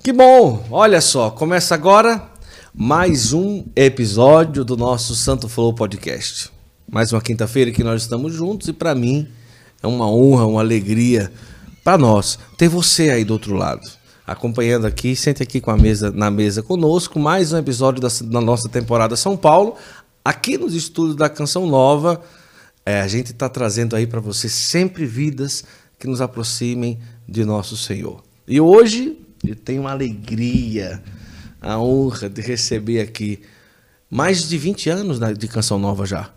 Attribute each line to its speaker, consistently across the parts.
Speaker 1: Que bom! Olha só, começa agora mais um episódio do nosso Santo Flow Podcast. Mais uma quinta-feira que nós estamos juntos e para mim é uma honra, uma alegria para nós ter você aí do outro lado, acompanhando aqui, sente aqui na mesa conosco, mais um episódio da nossa temporada São Paulo, aqui nos estúdios da Canção Nova. A gente está trazendo aí para você sempre vidas que nos aproximem de nosso Senhor. E hoje eu tenho uma alegria, a honra de receber aqui mais de 20 anos de Canção Nova já.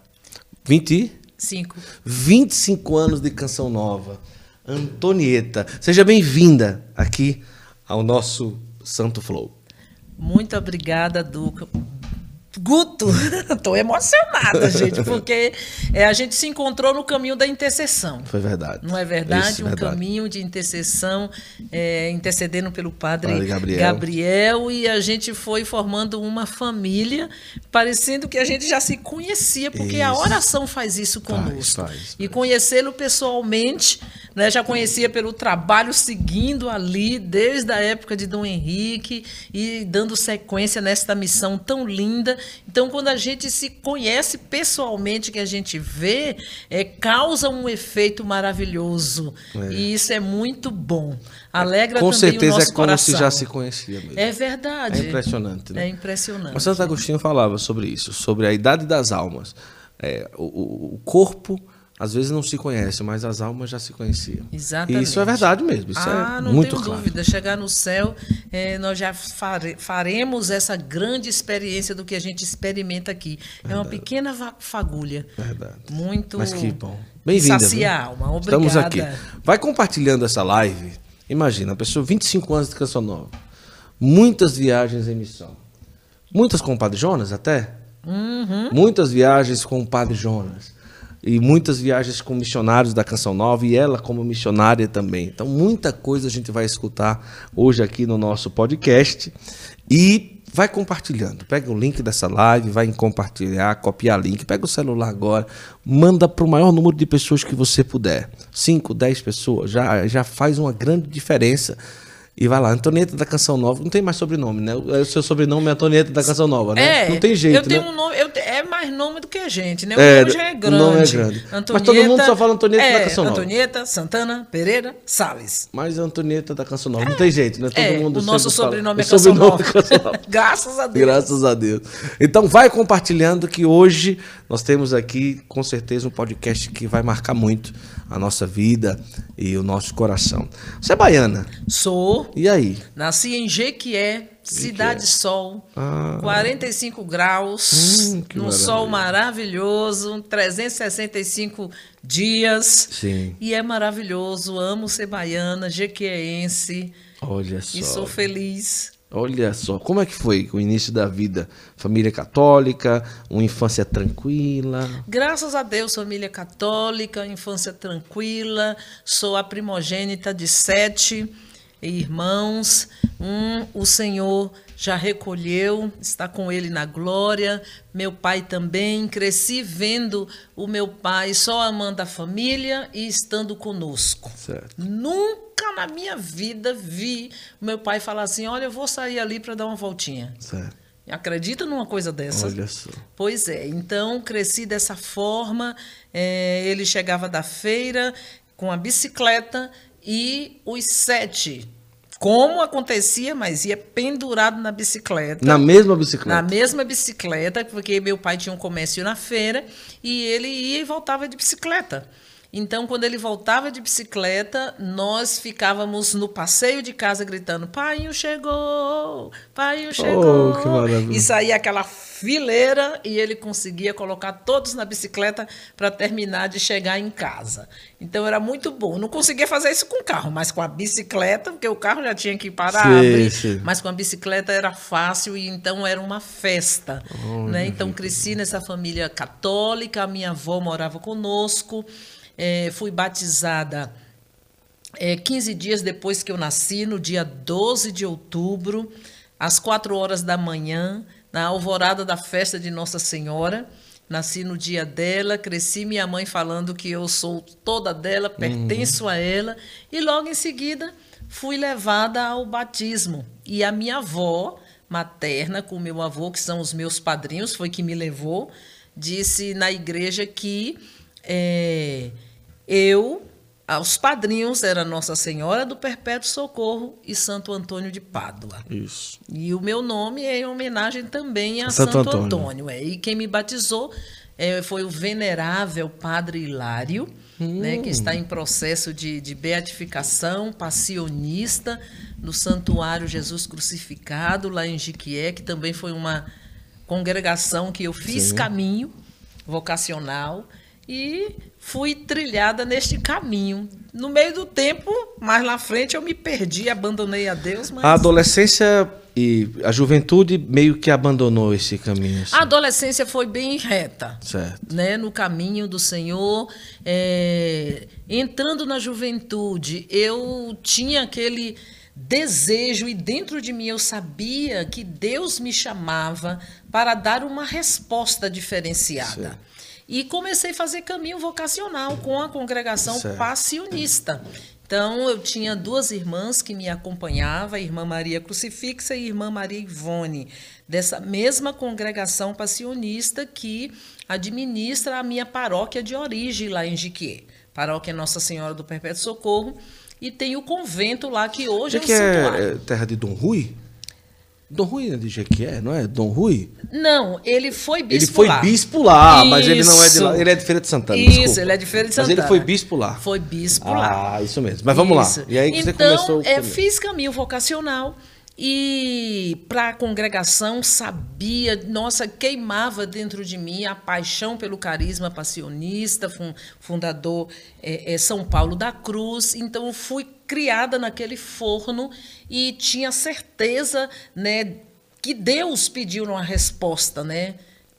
Speaker 1: 25 anos de Canção Nova. Antonieta, seja bem-vinda aqui ao nosso Santo Flow.
Speaker 2: Muito obrigada, Duca. Guto, estou emocionada, gente, porque a gente se encontrou no caminho da intercessão.
Speaker 1: Foi verdade.
Speaker 2: Não é verdade?
Speaker 1: Isso,
Speaker 2: um
Speaker 1: verdade.
Speaker 2: Caminho de intercessão, intercedendo pelo padre
Speaker 1: Gabriel,
Speaker 2: e a gente foi formando uma família, parecendo que a gente já se conhecia, porque
Speaker 1: isso.
Speaker 2: A oração faz isso conosco.
Speaker 1: Faz.
Speaker 2: E conhecê-lo pessoalmente, né, já conhecia pelo trabalho seguindo ali, desde a época de Dom Henrique, e dando sequência nesta missão tão linda. Então, quando a gente se conhece pessoalmente, que a gente vê, causa um efeito maravilhoso. E isso é muito bom. Alegra
Speaker 1: com
Speaker 2: também
Speaker 1: certeza
Speaker 2: o nosso
Speaker 1: é como
Speaker 2: coração.
Speaker 1: se já se conhecia mesmo.
Speaker 2: É verdade.
Speaker 1: É impressionante, né?
Speaker 2: É impressionante.
Speaker 1: Mas Santo Agostinho falava sobre isso, sobre a idade das almas. O corpo às vezes não se conhece, mas as almas já se conheciam.
Speaker 2: Exatamente.
Speaker 1: E isso é verdade mesmo, isso é
Speaker 2: não
Speaker 1: muito
Speaker 2: tenho
Speaker 1: claro.
Speaker 2: dúvida. Chegar no céu, nós já faremos essa grande experiência do que a gente experimenta aqui.
Speaker 1: Verdade.
Speaker 2: É uma pequena fagulha.
Speaker 1: Verdade.
Speaker 2: Muito.
Speaker 1: Mas que bom. Bem-vinda.
Speaker 2: Sacia a alma. Obrigada.
Speaker 1: Estamos aqui. Vai compartilhando essa live. Imagina, a pessoa, 25 anos de Canção Nova. Muitas viagens em missão. Muitas com o Padre Jonas até.
Speaker 2: Uhum.
Speaker 1: Muitas viagens com o Padre Jonas. E muitas viagens com missionários da Canção Nova e ela como missionária também. Então, muita coisa a gente vai escutar hoje aqui no nosso podcast. E vai compartilhando. Pega o link dessa live, vai em compartilhar, copiar link. Pega o celular agora, manda para o maior número de pessoas que você puder. 5, 10 pessoas, já faz uma grande diferença. E vai lá, Antonieta da Canção Nova. Não tem mais sobrenome, né? O seu sobrenome é Antonieta da Canção Nova, né? Não tem jeito,
Speaker 2: eu tenho
Speaker 1: né?
Speaker 2: um nome, é mais nome do que a gente, né? O nome já é grande.
Speaker 1: O nome é grande.
Speaker 2: Antonieta,
Speaker 1: mas todo mundo só fala Antonieta da Canção Nova.
Speaker 2: Antonieta, Santana, Pereira, Salles.
Speaker 1: Mas Antonieta da Canção Nova. Não tem jeito, né? Todo mundo
Speaker 2: o nosso sobrenome
Speaker 1: fala.
Speaker 2: É Canção Nova.
Speaker 1: Canção Nova.
Speaker 2: Graças a Deus.
Speaker 1: Graças a Deus. Então vai compartilhando que hoje nós temos aqui, com certeza, um podcast que vai marcar muito a nossa vida e o nosso coração. Você é baiana?
Speaker 2: Sou.
Speaker 1: E aí?
Speaker 2: Nasci em Jequié, Cidade Sol, 45 graus, num sol maravilhoso, 365 dias.
Speaker 1: Sim.
Speaker 2: E é maravilhoso, amo ser baiana, jequiéense.
Speaker 1: Olha só.
Speaker 2: E sou feliz.
Speaker 1: Olha só, como é que foi o início da vida? Família católica, uma infância tranquila?
Speaker 2: Graças a Deus, família católica, infância tranquila. Sou a primogênita de 7 irmãos. O Senhor já recolheu, está com ele na glória. Meu pai também. Cresci vendo o meu pai só amando a família e estando conosco.
Speaker 1: Certo.
Speaker 2: Nunca na minha vida vi o meu pai falar assim, olha, eu vou sair ali para dar uma voltinha.
Speaker 1: Certo.
Speaker 2: Acredita numa coisa dessa?
Speaker 1: Olha só.
Speaker 2: Pois é, então cresci dessa forma. Ele chegava da feira com a bicicleta e os 7, como acontecia, mas ia pendurado na bicicleta.
Speaker 1: Na mesma bicicleta?
Speaker 2: Na mesma bicicleta, porque meu pai tinha um comércio na feira e ele ia e voltava de bicicleta. Então, quando ele voltava de bicicleta, nós ficávamos no passeio de casa gritando, Painho chegou, Painho chegou.
Speaker 1: Que maravilha.
Speaker 2: E saía aquela fileira e ele conseguia colocar todos na bicicleta para terminar de chegar em casa. Então, era muito bom. Não conseguia fazer isso com o carro, mas com a bicicleta, porque o carro já tinha que parar, abrir, mas com a bicicleta era fácil e então era uma festa. Né? Então, cresci nessa família católica, a minha avó morava conosco. Fui batizada 15 dias depois que eu nasci, no dia 12 de outubro, às 4 horas da manhã, na alvorada da festa de Nossa Senhora. Nasci no dia dela, cresci minha mãe falando que eu sou toda dela, pertenço a ela. E logo em seguida fui levada ao batismo. E a minha avó materna, com o meu avô, que são os meus padrinhos, foi que me levou, disse na igreja que os padrinhos eram Nossa Senhora do Perpétuo Socorro e Santo Antônio de Pádua.
Speaker 1: Isso.
Speaker 2: E o meu nome é em homenagem também a Santo Antônio. E quem me batizou foi o venerável Padre Hilário, né, que está em processo de beatificação, passionista, no Santuário Jesus Crucificado, lá em Jiquié, que também foi uma congregação que eu fiz caminho vocacional e fui trilhada neste caminho. No meio do tempo, mais lá frente, eu me perdi, abandonei a Deus. Mas...
Speaker 1: A adolescência e a juventude meio que abandonou esse caminho. Assim.
Speaker 2: A adolescência foi bem reta,
Speaker 1: certo.
Speaker 2: Né, no caminho do Senhor. Entrando na juventude, eu tinha aquele desejo e dentro de mim eu sabia que Deus me chamava para dar uma resposta diferenciada. Certo. E comecei a fazer caminho vocacional com a congregação passionista. Então, eu tinha 2 irmãs que me acompanhavam, a irmã Maria Crucifixa e a irmã Maria Ivone, dessa mesma congregação passionista que administra a minha paróquia de origem lá em Jiquié. Paróquia Nossa Senhora do Perpétuo Socorro. E tem o convento lá, que hoje é o santuário.
Speaker 1: É terra de Dom Rui? Dom Rui é de Jequié, não é? Dom Rui?
Speaker 2: Não, ele foi bispo
Speaker 1: Ele foi
Speaker 2: lá.
Speaker 1: bispo lá, mas ele não é de lá. Ele é de Feira de Santana,
Speaker 2: Isso,
Speaker 1: desculpa.
Speaker 2: Ele é de Feira de Santana.
Speaker 1: Mas ele foi bispo lá.
Speaker 2: Foi bispo lá.
Speaker 1: Ah, isso mesmo. Mas vamos lá. E aí que você começou...
Speaker 2: Então, fiz caminho vocacional e para a congregação sabia, nossa, queimava dentro de mim a paixão pelo carisma passionista, fundador São Paulo da Cruz. Então, fui criada naquele forno e tinha certeza, né, que Deus pediu uma resposta, né,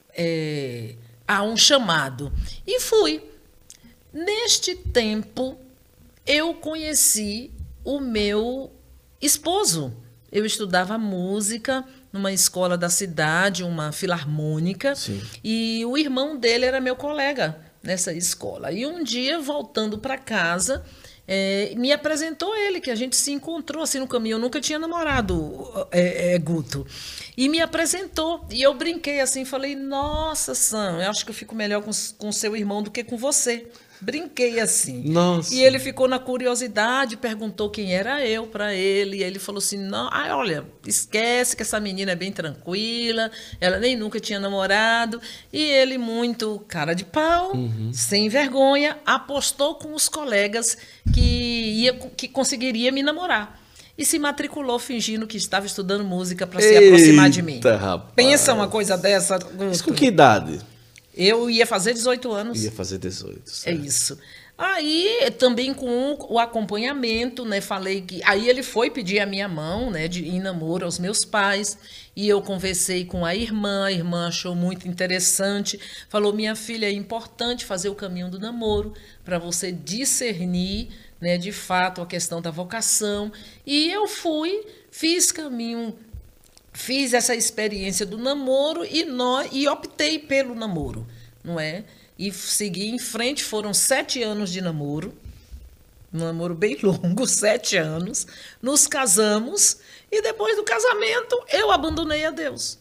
Speaker 2: a um chamado. E fui. Neste tempo, eu conheci o meu esposo. Eu estudava música numa escola da cidade, uma filarmônica, Sim. E o irmão dele era meu colega nessa escola. E um dia, voltando para casa, me apresentou ele, que a gente se encontrou assim no caminho. Eu nunca tinha namorado Guto. E me apresentou. E eu brinquei assim, falei, nossa, Sam, eu acho que eu fico melhor com seu irmão do que com você. Brinquei assim.
Speaker 1: Nossa.
Speaker 2: E ele ficou na curiosidade, perguntou quem era eu para ele. E ele falou assim, não, olha, esquece que essa menina é bem tranquila, ela nem nunca tinha namorado. E ele, muito cara de pau, sem vergonha, apostou com os colegas que conseguiria me namorar. E se matriculou fingindo que estava estudando música para se aproximar de mim.
Speaker 1: Rapaz.
Speaker 2: Pensa uma coisa dessa, Guto.
Speaker 1: Isso com que idade?
Speaker 2: Eu ia fazer 18 anos.
Speaker 1: Ia fazer 18, certo.
Speaker 2: É isso. Aí, também com o acompanhamento, né, falei que... Aí ele foi pedir a minha mão, né, em namoro aos meus pais, e eu conversei com a irmã achou muito interessante, falou, minha filha, é importante fazer o caminho do namoro, para você discernir, né, de fato, a questão da vocação. E eu fiz caminho... Fiz essa experiência do namoro e optei pelo namoro, não é? E segui em frente, foram 7 anos de namoro, um namoro bem longo, 7 anos. Nos casamos e depois do casamento eu abandonei a Deus.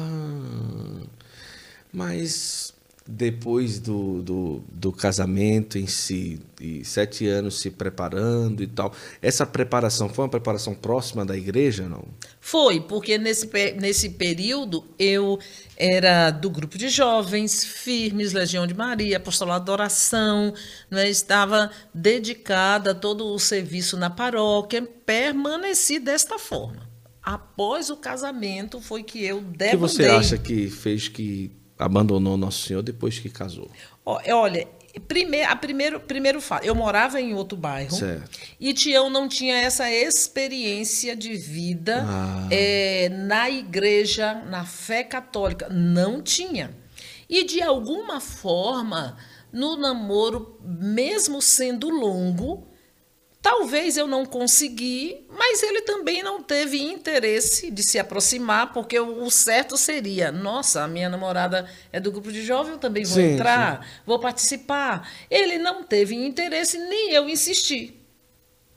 Speaker 1: Mas depois do casamento em si, e 7 anos se preparando e tal, essa preparação foi uma preparação próxima da igreja, não?
Speaker 2: Foi, porque nesse período eu era do grupo de jovens, Firmes, Legião de Maria, Apostolado da Oração, né? Estava dedicada a todo o serviço na paróquia, permaneci desta forma. Após o casamento foi que eu debandei.
Speaker 1: O que você acha que fez que abandonou Nosso Senhor depois que casou?
Speaker 2: Olha, primeiro fato, eu morava em outro bairro,
Speaker 1: certo.
Speaker 2: E Tião não tinha essa experiência de vida na igreja, na fé católica. Não tinha. E, de alguma forma, no namoro, mesmo sendo longo, talvez eu não consegui, mas ele também não teve interesse de se aproximar, porque o certo seria, nossa, a minha namorada é do grupo de jovem, eu também vou entrar, vou participar. Ele não teve interesse, nem eu insisti.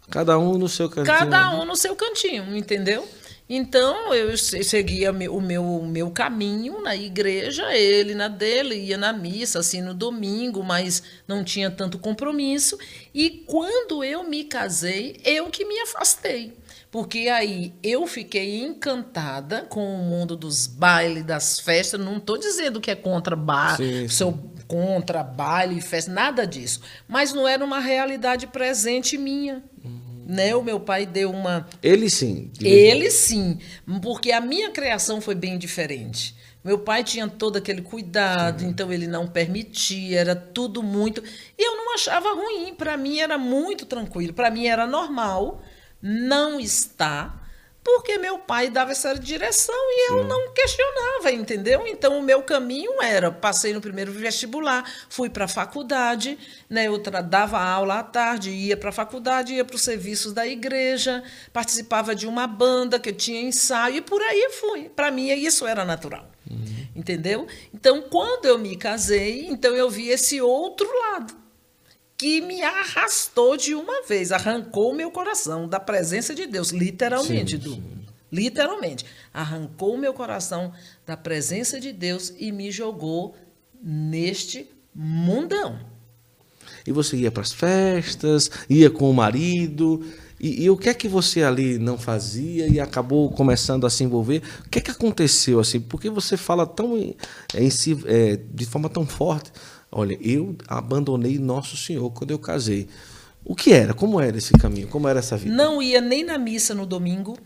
Speaker 1: Cada um no seu cantinho.
Speaker 2: Cada um no seu cantinho, entendeu? Então, eu seguia o meu caminho na igreja, ele na dele, ia na missa, assim, no domingo, mas não tinha tanto compromisso. E quando eu me casei, eu que me afastei. Porque aí eu fiquei encantada com o mundo dos bailes, das festas. Não estou dizendo que é contra contra baile e festa, nada disso. Mas não era uma realidade presente minha. Né? O meu pai deu uma...
Speaker 1: Ele sim.
Speaker 2: Ele sim, porque a minha criação foi bem diferente. Meu pai tinha todo aquele cuidado, então ele não permitia, era tudo muito... E eu não achava ruim, para mim era muito tranquilo, para mim era normal não estar... Porque meu pai dava essa direção e eu não questionava, entendeu? Então, o meu caminho era, passei no primeiro vestibular, fui para a faculdade, né? Eu dava aula à tarde, ia para a faculdade, ia para os serviços da igreja, participava de uma banda que eu tinha ensaio e por aí fui. Para mim, isso era natural, entendeu? Então, quando eu me casei, então eu vi esse outro lado, que me arrastou de uma vez, arrancou o meu coração da presença de Deus, literalmente, literalmente. Arrancou o meu coração da presença de Deus e me jogou neste mundão.
Speaker 1: E você ia para as festas, ia com o marido, e o que é que você ali não fazia e acabou começando a se envolver? O que é que aconteceu assim? Porque você fala tão de forma tão forte. Olha, eu abandonei Nosso Senhor quando eu casei. O que era? Como era esse caminho? Como era essa vida?
Speaker 2: Não ia nem na missa no domingo.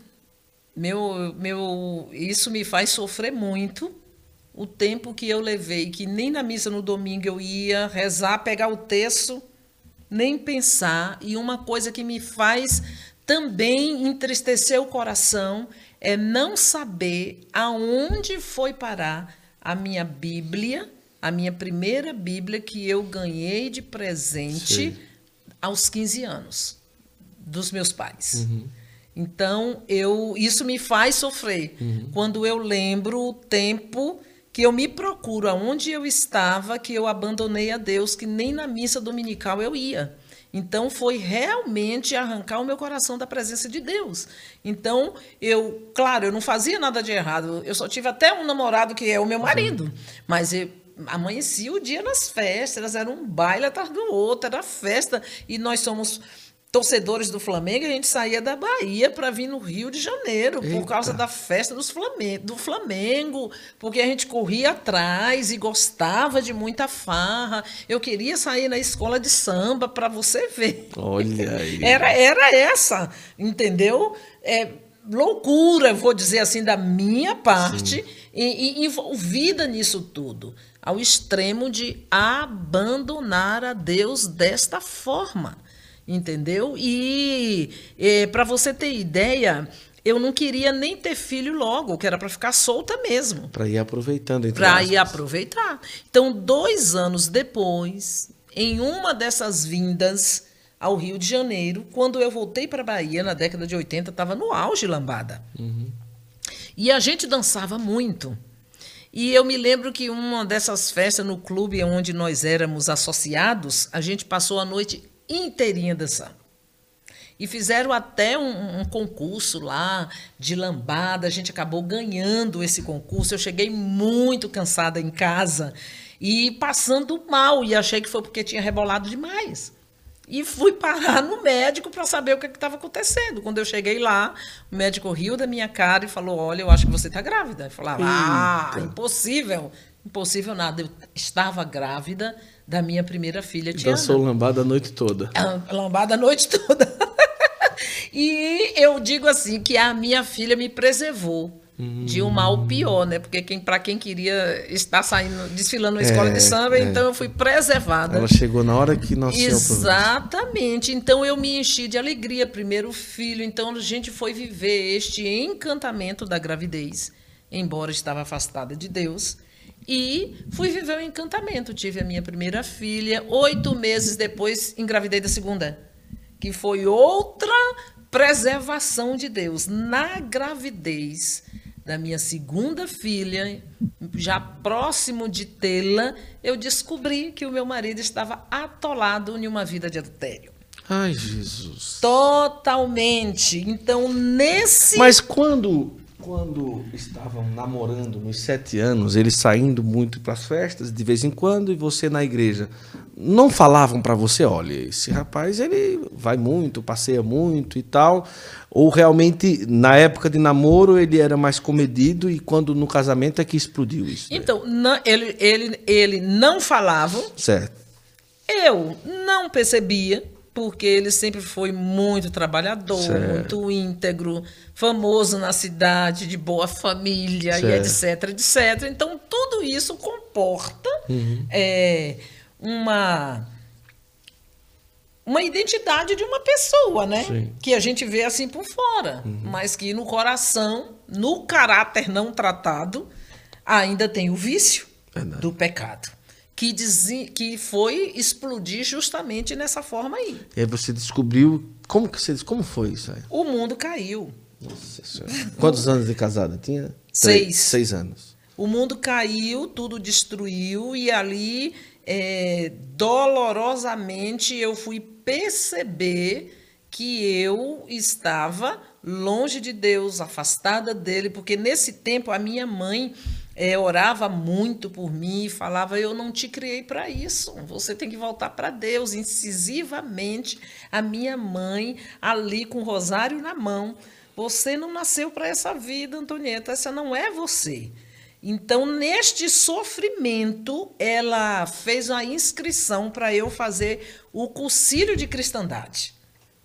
Speaker 2: Isso me faz sofrer muito. O tempo que eu levei, que nem na missa no domingo eu ia rezar, pegar o texto, nem pensar. E uma coisa que me faz também entristecer o coração é não saber aonde foi parar a minha Bíblia, a minha primeira Bíblia que eu ganhei de presente aos 15 anos dos meus pais. Então, isso me faz sofrer. Quando eu lembro o tempo que eu me procuro, aonde eu estava, que eu abandonei a Deus, que nem na missa dominical eu ia. Então, foi realmente arrancar o meu coração da presença de Deus. Então, claro, eu não fazia nada de errado. Eu só tive até um namorado que é o meu marido. Mas amanhecia o dia nas festas, era um baile atrás do outro, era festa. E nós somos torcedores do Flamengo, a gente saía da Bahia para vir no Rio de Janeiro, por causa da festa do Flamengo, porque a gente corria atrás e gostava de muita farra. Eu queria sair na escola de samba para você ver.
Speaker 1: Olha aí.
Speaker 2: Era essa, entendeu? Loucura, vou dizer assim, da minha parte, e envolvida nisso tudo, ao extremo de abandonar a Deus desta forma. Entendeu? E para você ter ideia, eu não queria nem ter filho logo, que era para ficar solta mesmo.
Speaker 1: Para ir aproveitando.
Speaker 2: Para ir aproveitar. Então, 2 anos depois, em uma dessas vindas ao Rio de Janeiro, quando eu voltei para a Bahia, na década de 80, estava no auge lambada. E a gente dançava muito. E eu me lembro que uma dessas festas no clube onde nós éramos associados, a gente passou a noite inteirinha dançando. E fizeram até um concurso lá de lambada, a gente acabou ganhando esse concurso. Eu cheguei muito cansada em casa e passando mal, e achei que foi porque tinha rebolado demais. E fui parar no médico para saber o que estava acontecendo. Quando eu cheguei lá, o médico riu da minha cara e falou: olha, eu acho que você está grávida. Eu falava: impossível. Impossível nada. Eu estava grávida da minha primeira filha, Tiana.
Speaker 1: Dançou lambada a noite toda.
Speaker 2: Lambada a noite toda. E eu digo assim, que a minha filha me preservou de um mal pior, né? Porque para quem queria estar desfilando na escola de samba, então eu fui preservada.
Speaker 1: Ela chegou na hora que nasceu.
Speaker 2: Exatamente. Então eu me enchi de alegria, primeiro filho. Então a gente foi viver este encantamento da gravidez, embora estava afastada de Deus. E fui viver o encantamento. Tive a minha primeira filha. 8 meses depois, engravidei da segunda, que foi outra preservação de Deus. Na gravidez da minha segunda filha, já próximo de tê-la, eu descobri que o meu marido estava atolado em uma vida de adultério.
Speaker 1: Ai, Jesus.
Speaker 2: Totalmente. Então, nesse...
Speaker 1: Mas quando estavam namorando nos 7 anos, eles saindo muito para as festas, de vez em quando, e você na igreja, não falavam para você, olha, esse rapaz, ele vai muito, passeia muito e tal, ou realmente, na época de namoro, ele era mais comedido e quando no casamento é que explodiu isso? Né?
Speaker 2: Então, ele não falava.
Speaker 1: Certo.
Speaker 2: Eu não percebia, porque ele sempre foi muito trabalhador,
Speaker 1: Certo.
Speaker 2: muito íntegro, famoso na cidade, de boa família,
Speaker 1: Certo.
Speaker 2: e etc, etc. Então, tudo isso comporta uma identidade de uma pessoa, né?
Speaker 1: Sim.
Speaker 2: Que a gente vê assim por fora, mas que no coração, no caráter não tratado, ainda tem o vício do pecado. Que foi explodir justamente nessa forma aí.
Speaker 1: E aí você descobriu, como foi isso aí?
Speaker 2: O mundo caiu.
Speaker 1: Nossa Senhora. Quantos anos de casada tinha?
Speaker 2: 6.
Speaker 1: 6 anos.
Speaker 2: O mundo caiu, tudo destruiu e ali, dolorosamente, eu fui perceber que eu estava longe de Deus, afastada dele, porque nesse tempo a minha mãe orava muito por mim e falava, eu não te criei para isso, você tem que voltar para Deus, incisivamente, a minha mãe ali com o rosário na mão, você não nasceu para essa vida, Antonieta, essa não é você. Então, neste sofrimento, ela fez uma inscrição para eu fazer o cursilho de cristandade.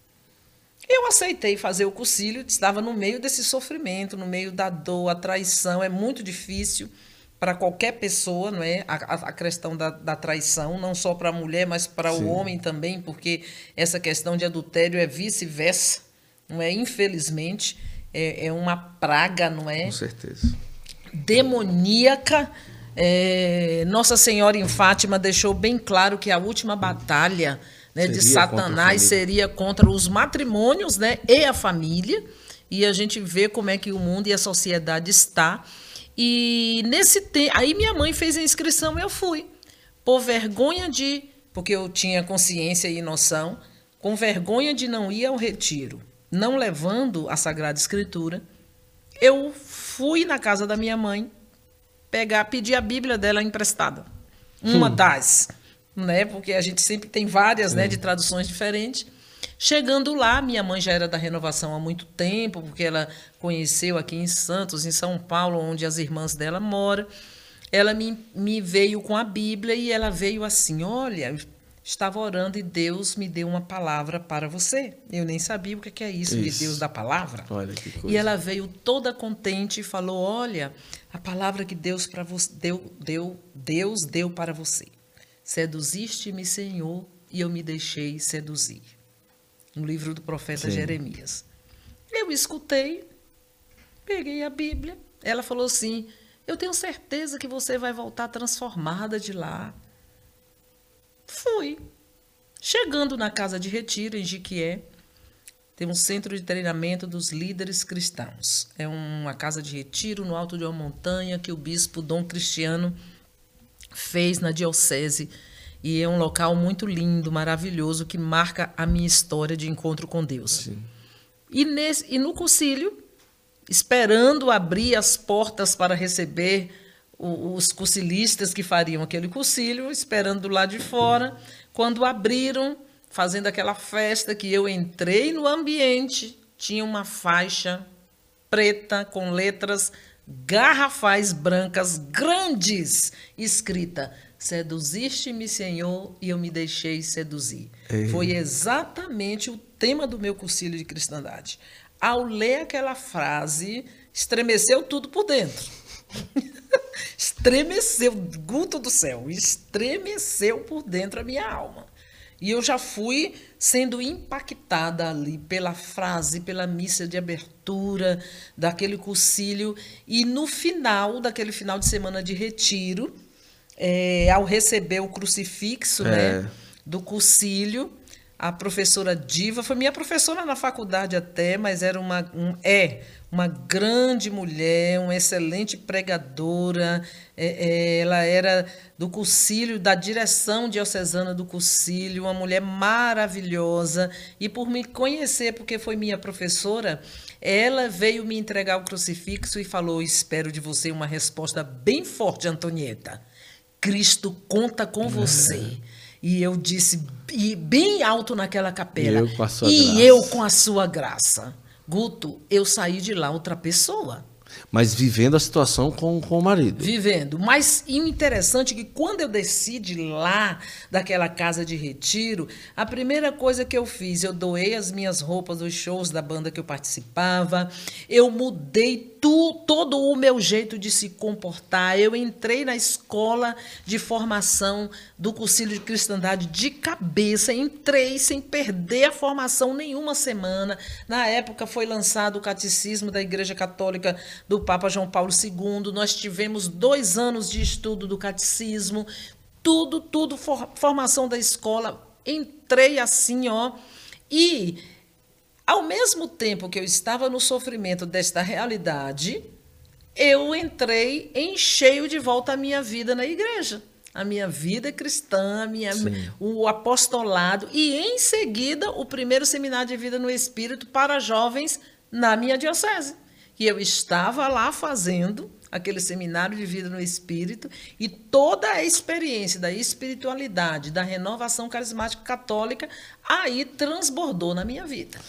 Speaker 2: Eu aceitei fazer o cursilho, estava no meio desse sofrimento, no meio da dor, a traição. É muito difícil para qualquer pessoa, não é? A questão da traição, não só para a mulher, mas para o homem também, porque essa questão de adultério é vice-versa, não é? Infelizmente, é uma praga, não é?
Speaker 1: Com certeza.
Speaker 2: Demoníaca. Nossa Senhora em Fátima deixou bem claro que a última batalha, né, de Satanás seria contra os matrimônios, né, e a família. E a gente vê como é que o mundo e a sociedade está. E nesse tempo, aí minha mãe fez a inscrição, eu fui. Por vergonha porque eu tinha consciência e noção, com vergonha de não ir ao retiro, não levando a Sagrada Escritura, eu fui na casa da minha mãe pedir a Bíblia dela emprestada. Uma das, né? Porque a gente sempre tem várias, né, de traduções diferentes. Chegando lá, minha mãe já era da Renovação há muito tempo, porque ela conheceu aqui em Santos, em São Paulo, onde as irmãs dela moram. Ela me veio com a Bíblia e ela veio assim, olha, estava orando e Deus me deu uma palavra para você. Eu nem sabia o que é isso. De Deus da palavra. Olha que coisa. E ela veio toda contente e falou, olha, a palavra que Deus Deus deu para você. Seduziste-me, Senhor, e eu me deixei seduzir. No livro do profeta Jeremias. Eu escutei, peguei a Bíblia. Ela falou assim, eu tenho certeza que você vai voltar transformada de lá. Fui. Chegando na casa de retiro, em Jiquié, tem um centro de treinamento dos líderes cristãos. É uma casa de retiro no alto de uma montanha que o bispo Dom Cristiano fez na diocese. E é um local muito lindo, maravilhoso, que marca a minha história de encontro com Deus. Sim. E no concílio, esperando abrir as portas para receber os cursilistas que fariam aquele concílio, esperando do lado de fora, quando abriram, fazendo aquela festa, que eu entrei no ambiente, tinha uma faixa preta com letras garrafais brancas grandes, escrita, seduziste-me, Senhor, e eu me deixei seduzir. Foi exatamente o tema do meu cursilho de cristandade. Ao ler aquela frase, estremeceu tudo por dentro. Estremeceu, Guto do céu, estremeceu por dentro a minha alma. E eu já fui sendo impactada ali pela frase, pela missa de abertura daquele cursilho. E no final daquele final de semana de retiro, ao receber o crucifixo, né, do cursilho, A professora Diva foi minha professora na faculdade até, mas era uma grande mulher, uma excelente pregadora. Ela era do Cursilho, da direção diocesana do Cursilho, uma mulher maravilhosa. E por me conhecer, porque foi minha professora, ela veio me entregar o crucifixo e falou: espero de você uma resposta bem forte, Antonieta. Cristo conta com você. E eu disse, bem alto naquela capela, eu com a sua graça. Guto, eu saí de lá outra pessoa.
Speaker 1: Mas vivendo a situação com o marido.
Speaker 2: Vivendo. Mas e o interessante é que quando eu desci de lá, daquela casa de retiro, a primeira coisa que eu fiz, eu doei as minhas roupas dos shows da banda que eu participava, eu mudei todo o meu jeito de se comportar. Eu entrei na escola de formação do Cursilho de Cristandade de cabeça, entrei sem perder a formação nenhuma semana. Na época foi lançado o Catecismo da Igreja Católica do Papa João Paulo II. Nós tivemos 2 anos de estudo do Catecismo, tudo, formação da escola. Entrei assim, ó, e ao mesmo tempo que eu estava no sofrimento desta realidade, eu entrei em cheio de volta à minha vida na igreja. A minha vida cristã, o apostolado e, em seguida, o primeiro seminário de vida no Espírito para jovens na minha diocese. E eu estava lá fazendo aquele seminário de vida no Espírito e toda a experiência da espiritualidade, da renovação carismática católica, aí transbordou na minha vida.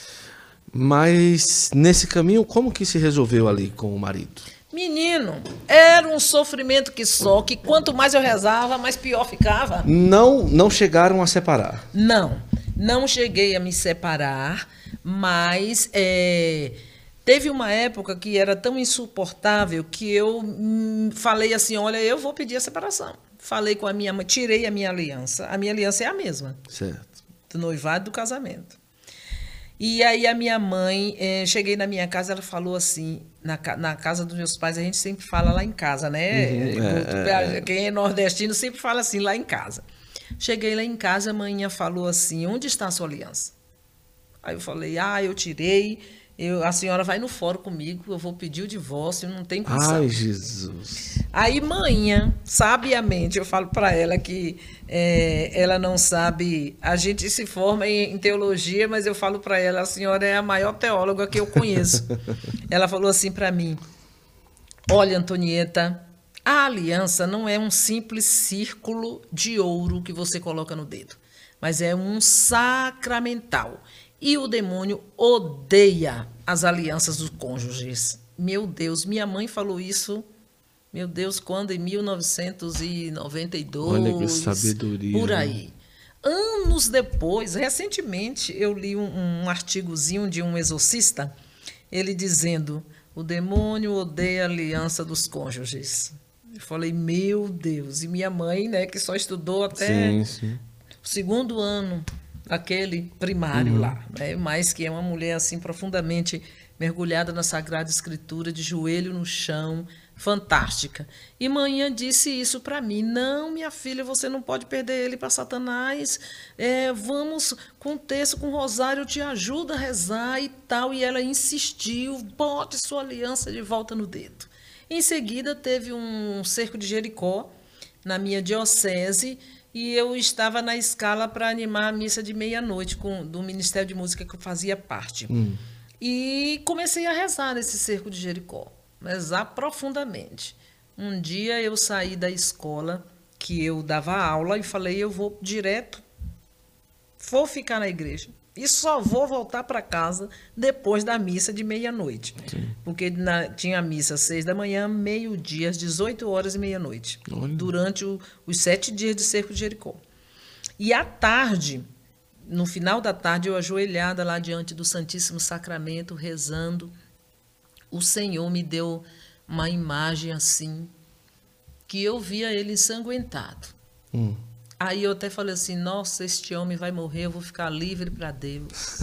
Speaker 1: Mas, nesse caminho, como que se resolveu ali com o marido?
Speaker 2: Menino, era um sofrimento que quanto mais eu rezava, mais pior ficava.
Speaker 1: Não chegaram a separar?
Speaker 2: Não cheguei a me separar, mas teve uma época que era tão insuportável que eu falei assim, olha, eu vou pedir a separação. Falei com a minha mãe, tirei a minha aliança. A minha aliança é a mesma.
Speaker 1: Certo.
Speaker 2: Do noivado e do casamento. E aí a minha mãe, cheguei na minha casa, ela falou assim, na casa dos meus pais, a gente sempre fala lá em casa, né? Quem é nordestino sempre fala assim, lá em casa. Cheguei lá em casa, a manhã falou assim, onde está a sua aliança? Aí eu falei, eu tirei, a senhora vai no fórum comigo, eu vou pedir o divórcio, não tem condição.
Speaker 1: Ai, Jesus.
Speaker 2: Aí manhã, sabiamente, eu falo para ela que ela não sabe, a gente se forma em teologia, mas eu falo para ela, a senhora é a maior teóloga que eu conheço. Ela falou assim para mim, olha, Antonieta, a aliança não é um simples círculo de ouro que você coloca no dedo, mas é um sacramental. E o demônio odeia as alianças dos cônjuges. Meu Deus, minha mãe falou isso, meu Deus, quando? Em 1992.
Speaker 1: Olha que sabedoria.
Speaker 2: Por aí. Anos depois, recentemente, eu li um artigozinho de um exorcista, ele dizendo, o demônio odeia a aliança dos cônjuges. Eu falei, meu Deus. E minha mãe, né, que só estudou até o 2º ano, aquele primário lá, né? Mas que é uma mulher assim profundamente mergulhada na Sagrada Escritura, de joelho no chão, fantástica. E manhã disse isso para mim, não, minha filha, você não pode perder ele para Satanás, vamos com o texto, com o rosário, eu te ajudo a rezar e tal. E ela insistiu, bote sua aliança de volta no dedo. Em seguida teve um cerco de Jericó na minha diocese, e eu estava na escala para animar a missa de meia-noite do Ministério de Música que eu fazia parte. E comecei a rezar nesse cerco de Jericó, rezar profundamente. Um dia eu saí da escola que eu dava aula e falei, eu vou direto, vou ficar na igreja e só vou voltar para casa depois da missa de meia-noite. Porque tinha a missa às 6 da manhã, meio-dia, às 18 horas e meia-noite, durante os 7 dias de cerco de Jericó. E à tarde, no final da tarde, eu ajoelhada lá diante do Santíssimo Sacramento, rezando, o Senhor me deu uma imagem assim, que eu via ele ensanguentado. Aí eu até falei assim, nossa, este homem vai morrer, eu vou ficar livre para Deus.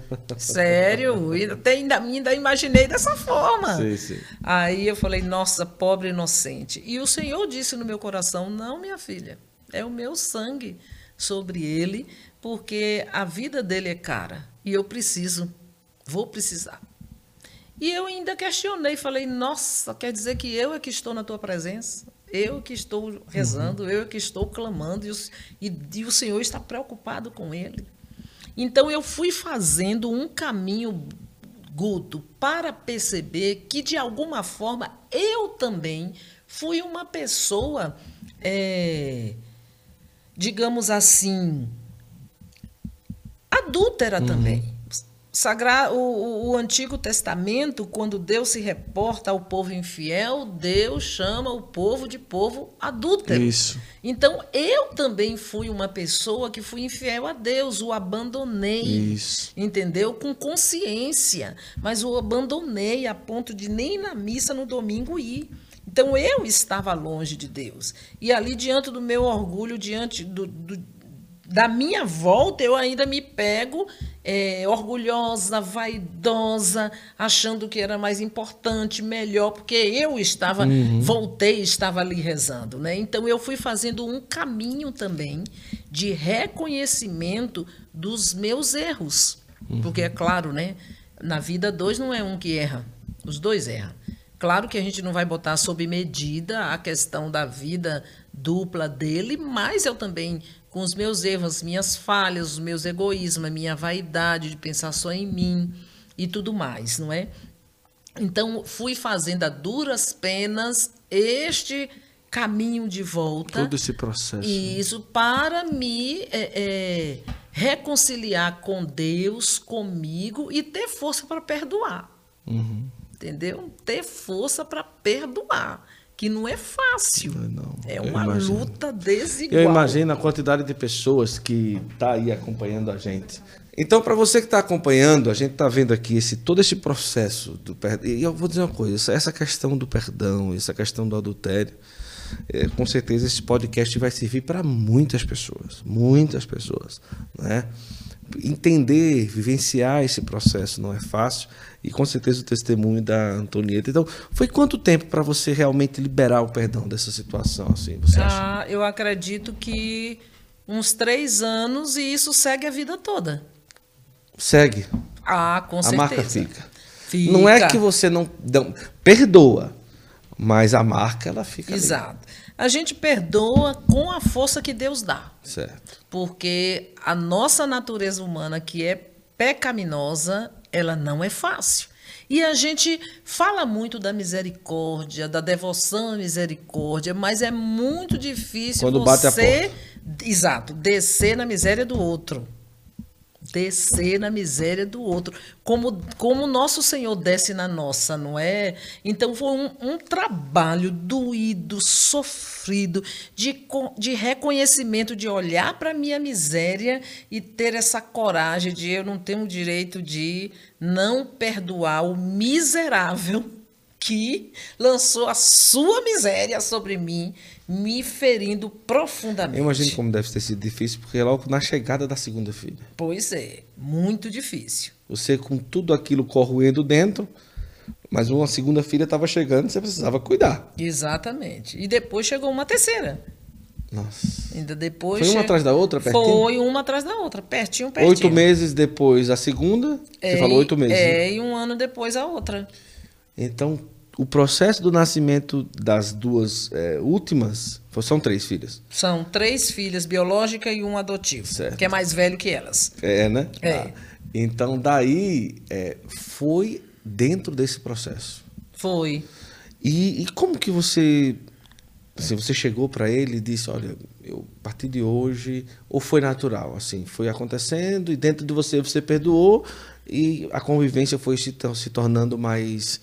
Speaker 2: Sério, ainda imaginei dessa forma.
Speaker 1: Sim.
Speaker 2: Aí eu falei, nossa, pobre inocente. E o Senhor disse no meu coração, não, minha filha, é o meu sangue sobre ele, porque a vida dele é cara e eu vou precisar. E eu ainda questionei, falei, nossa, quer dizer que eu é que estou na tua presença? Eu é que estou rezando, eu é que estou clamando e o Senhor está preocupado com ele. Então, eu fui fazendo um caminho, Guto, para perceber que, de alguma forma, eu também fui uma pessoa, digamos assim, adúltera também. O Antigo Testamento, quando Deus se reporta ao povo infiel, Deus chama o povo de povo adúltero.
Speaker 1: Isso.
Speaker 2: Então, eu também fui uma pessoa que fui infiel a Deus, o abandonei,
Speaker 1: Isso.
Speaker 2: entendeu? Com consciência, mas o abandonei a ponto de nem na missa no domingo ir. Então, eu estava longe de Deus. E ali, diante do meu orgulho, diante da minha volta, eu ainda me pego orgulhosa, vaidosa, achando que era mais importante, melhor, porque eu estava, estava ali rezando, né? Então, eu fui fazendo um caminho também de reconhecimento dos meus erros. Porque, é claro, né? Na vida, dois não é um que erra, os dois erram. Claro que a gente não vai botar sob medida a questão da vida dupla dele, mas eu também, com os meus erros, minhas falhas, os meus egoísmos, a minha vaidade de pensar só em mim e tudo mais, não é? Então, fui fazendo a duras penas este caminho de volta.
Speaker 1: Todo esse processo.
Speaker 2: Isso, para me reconciliar com Deus, comigo e ter força para perdoar. Entendeu? Ter força para perdoar, que não é fácil.
Speaker 1: Não,
Speaker 2: é uma luta desigual.
Speaker 1: Eu imagino a quantidade de pessoas que está aí acompanhando a gente. Então, para você que está acompanhando, a gente está vendo aqui todo esse processo do perdão. E eu vou dizer uma coisa, essa questão do perdão, essa questão do adultério, com certeza esse podcast vai servir para muitas pessoas, né? Entender, vivenciar esse processo não é fácil, e com certeza o testemunho da Antonieta. Então, foi quanto tempo para você realmente liberar o perdão dessa situação, assim, você acha?
Speaker 2: Eu acredito que uns 3 anos, e isso segue a vida toda.
Speaker 1: Segue.
Speaker 2: Com certeza.
Speaker 1: A marca fica. Não é que você não perdoa, mas a marca, ela fica.
Speaker 2: Exato.
Speaker 1: Ali.
Speaker 2: A gente perdoa com a força que Deus dá.
Speaker 1: Certo.
Speaker 2: Porque a nossa natureza humana, que é pecaminosa, ela não é fácil. E a gente fala muito da misericórdia, da devoção à misericórdia, mas é muito difícil
Speaker 1: quando bate a porta.
Speaker 2: Exato, descer na miséria do outro. Descer na miséria do outro, como nosso Senhor desce na nossa, não é? Então, foi um trabalho doído, sofrido, de reconhecimento, de olhar para a minha miséria e ter essa coragem de eu não tenho o direito de não perdoar o miserável que lançou a sua miséria sobre mim, me ferindo profundamente.
Speaker 1: Eu imagino como deve ter sido difícil, porque é logo na chegada da segunda filha.
Speaker 2: Pois é, muito difícil.
Speaker 1: Você com tudo aquilo corroendo dentro, mas uma segunda filha estava chegando, você precisava cuidar.
Speaker 2: Exatamente. E depois chegou uma terceira.
Speaker 1: Nossa.
Speaker 2: Ainda depois.
Speaker 1: Foi uma atrás da outra, pertinho?
Speaker 2: Foi uma atrás da outra, pertinho.
Speaker 1: 8 meses depois a segunda, você falou 8 meses.
Speaker 2: E 1 ano depois a outra.
Speaker 1: Então, o processo do nascimento das duas últimas, são 3 filhas?
Speaker 2: São 3 filhas biológicas e um adotivo,
Speaker 1: certo.
Speaker 2: Que é mais velho que elas.
Speaker 1: Né? Então, daí, foi dentro desse processo.
Speaker 2: Foi.
Speaker 1: E como que você chegou para ele e disse, olha, a partir de hoje, ou foi natural, assim, foi acontecendo e dentro de você perdoou e a convivência foi se tornando mais...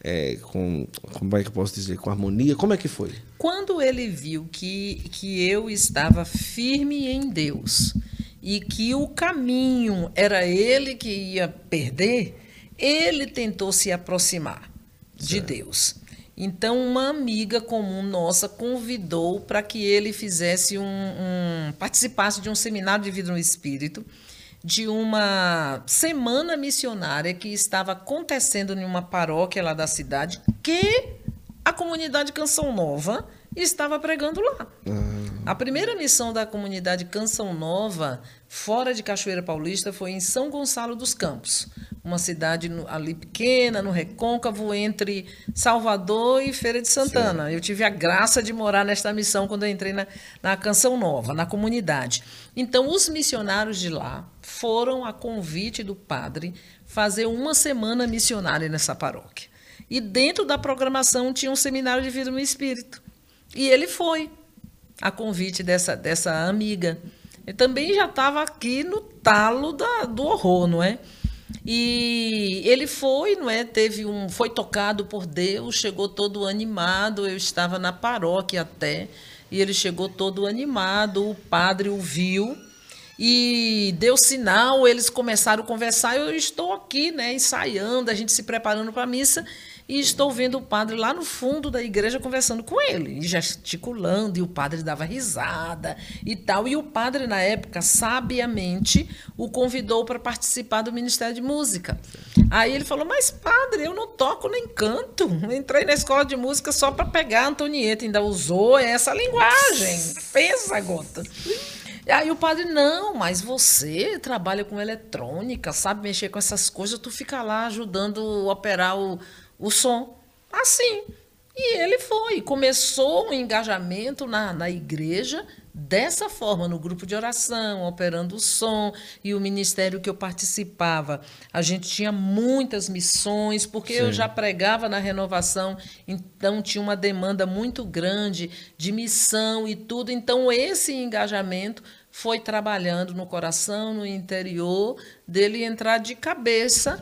Speaker 1: como é que eu posso dizer? Com harmonia? Como é que foi?
Speaker 2: Quando ele viu que eu estava firme em Deus e que o caminho era ele que ia perder, ele tentou se aproximar de Deus. Então, uma amiga comum nossa convidou para que ele fizesse participasse de um seminário de vida no Espírito, de uma semana missionária que estava acontecendo em uma paróquia lá da cidade, que a comunidade Canção Nova e estava pregando lá. A primeira missão da comunidade Canção Nova, fora de Cachoeira Paulista, foi em São Gonçalo dos Campos, uma cidade ali pequena, no recôncavo, entre Salvador e Feira de Santana. Certo. Eu tive a graça de morar nesta missão quando eu entrei na Canção Nova, na comunidade. Então, os missionários de lá foram, a convite do padre, fazer uma semana missionária nessa paróquia. E dentro da programação tinha um seminário de vida no Espírito. E ele foi, a convite dessa amiga. Ele também já estava aqui no talo do horror, não é? E ele foi, não é? Foi tocado por Deus, chegou todo animado. Eu estava na paróquia até, e ele chegou todo animado. O padre o viu e deu sinal. Eles começaram a conversar. Eu estou aqui, né, ensaiando, a gente se preparando para a missa. E estou vendo o padre lá no fundo da igreja conversando com ele, e gesticulando, e o padre dava risada e tal. E o padre, na época, sabiamente, o convidou para participar do Ministério de Música. Aí ele falou, mas padre, eu não toco nem canto. Entrei na escola de música só para pegar a Antonieta, ainda usou essa linguagem. Pensa, gota. Aí o padre, não, mas você trabalha com eletrônica, sabe mexer com essas coisas, tu fica lá ajudando a operar o som. Assim. E ele foi. Começou um engajamento na igreja dessa forma, no grupo de oração, operando o som. E o ministério que eu participava, a gente tinha muitas missões, porque Sim. eu já pregava na renovação, então tinha uma demanda muito grande de missão e tudo. Então, esse engajamento foi trabalhando no coração, no interior, dele entrar de cabeça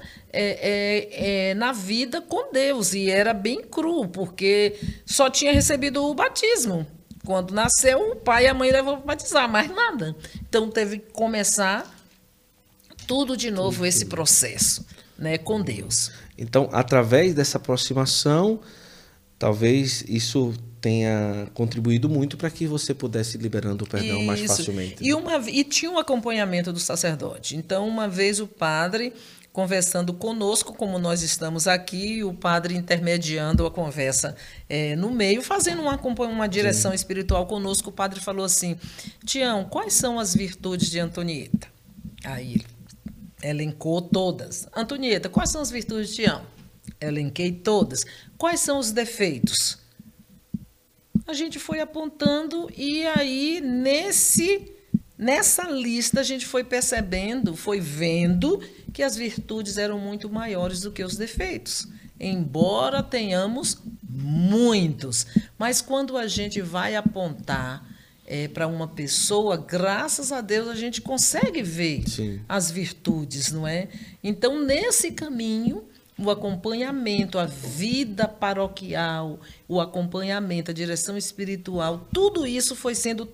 Speaker 2: na vida com Deus. E era bem cru, porque só tinha recebido o batismo. Quando nasceu, o pai e a mãe levou para batizar, mais nada. Então, teve que começar tudo de novo, esse processo, né, com Deus.
Speaker 1: Então, através dessa aproximação, talvez isso tenha contribuído muito para que você pudesse ir liberando o perdão mais facilmente.
Speaker 2: E tinha um acompanhamento do sacerdote. Então, uma vez o padre conversando conosco, como nós estamos aqui, o padre intermediando a conversa no meio, fazendo uma direção Sim. espiritual conosco, o padre falou assim, Tião, quais são as virtudes de Antonieta? Aí ele elencou todas. Antonieta, quais são as virtudes de Tião? Elenquei todas. Quais são os defeitos? A gente foi apontando e aí, nessa lista, a gente foi percebendo, foi vendo que as virtudes eram muito maiores do que os defeitos. Embora tenhamos muitos. Mas quando a gente vai apontar para uma pessoa, graças a Deus, a gente consegue ver Sim. as virtudes, não é? Então, nesse caminho, o acompanhamento, a vida paroquial, o acompanhamento, a direção espiritual, tudo isso foi sendo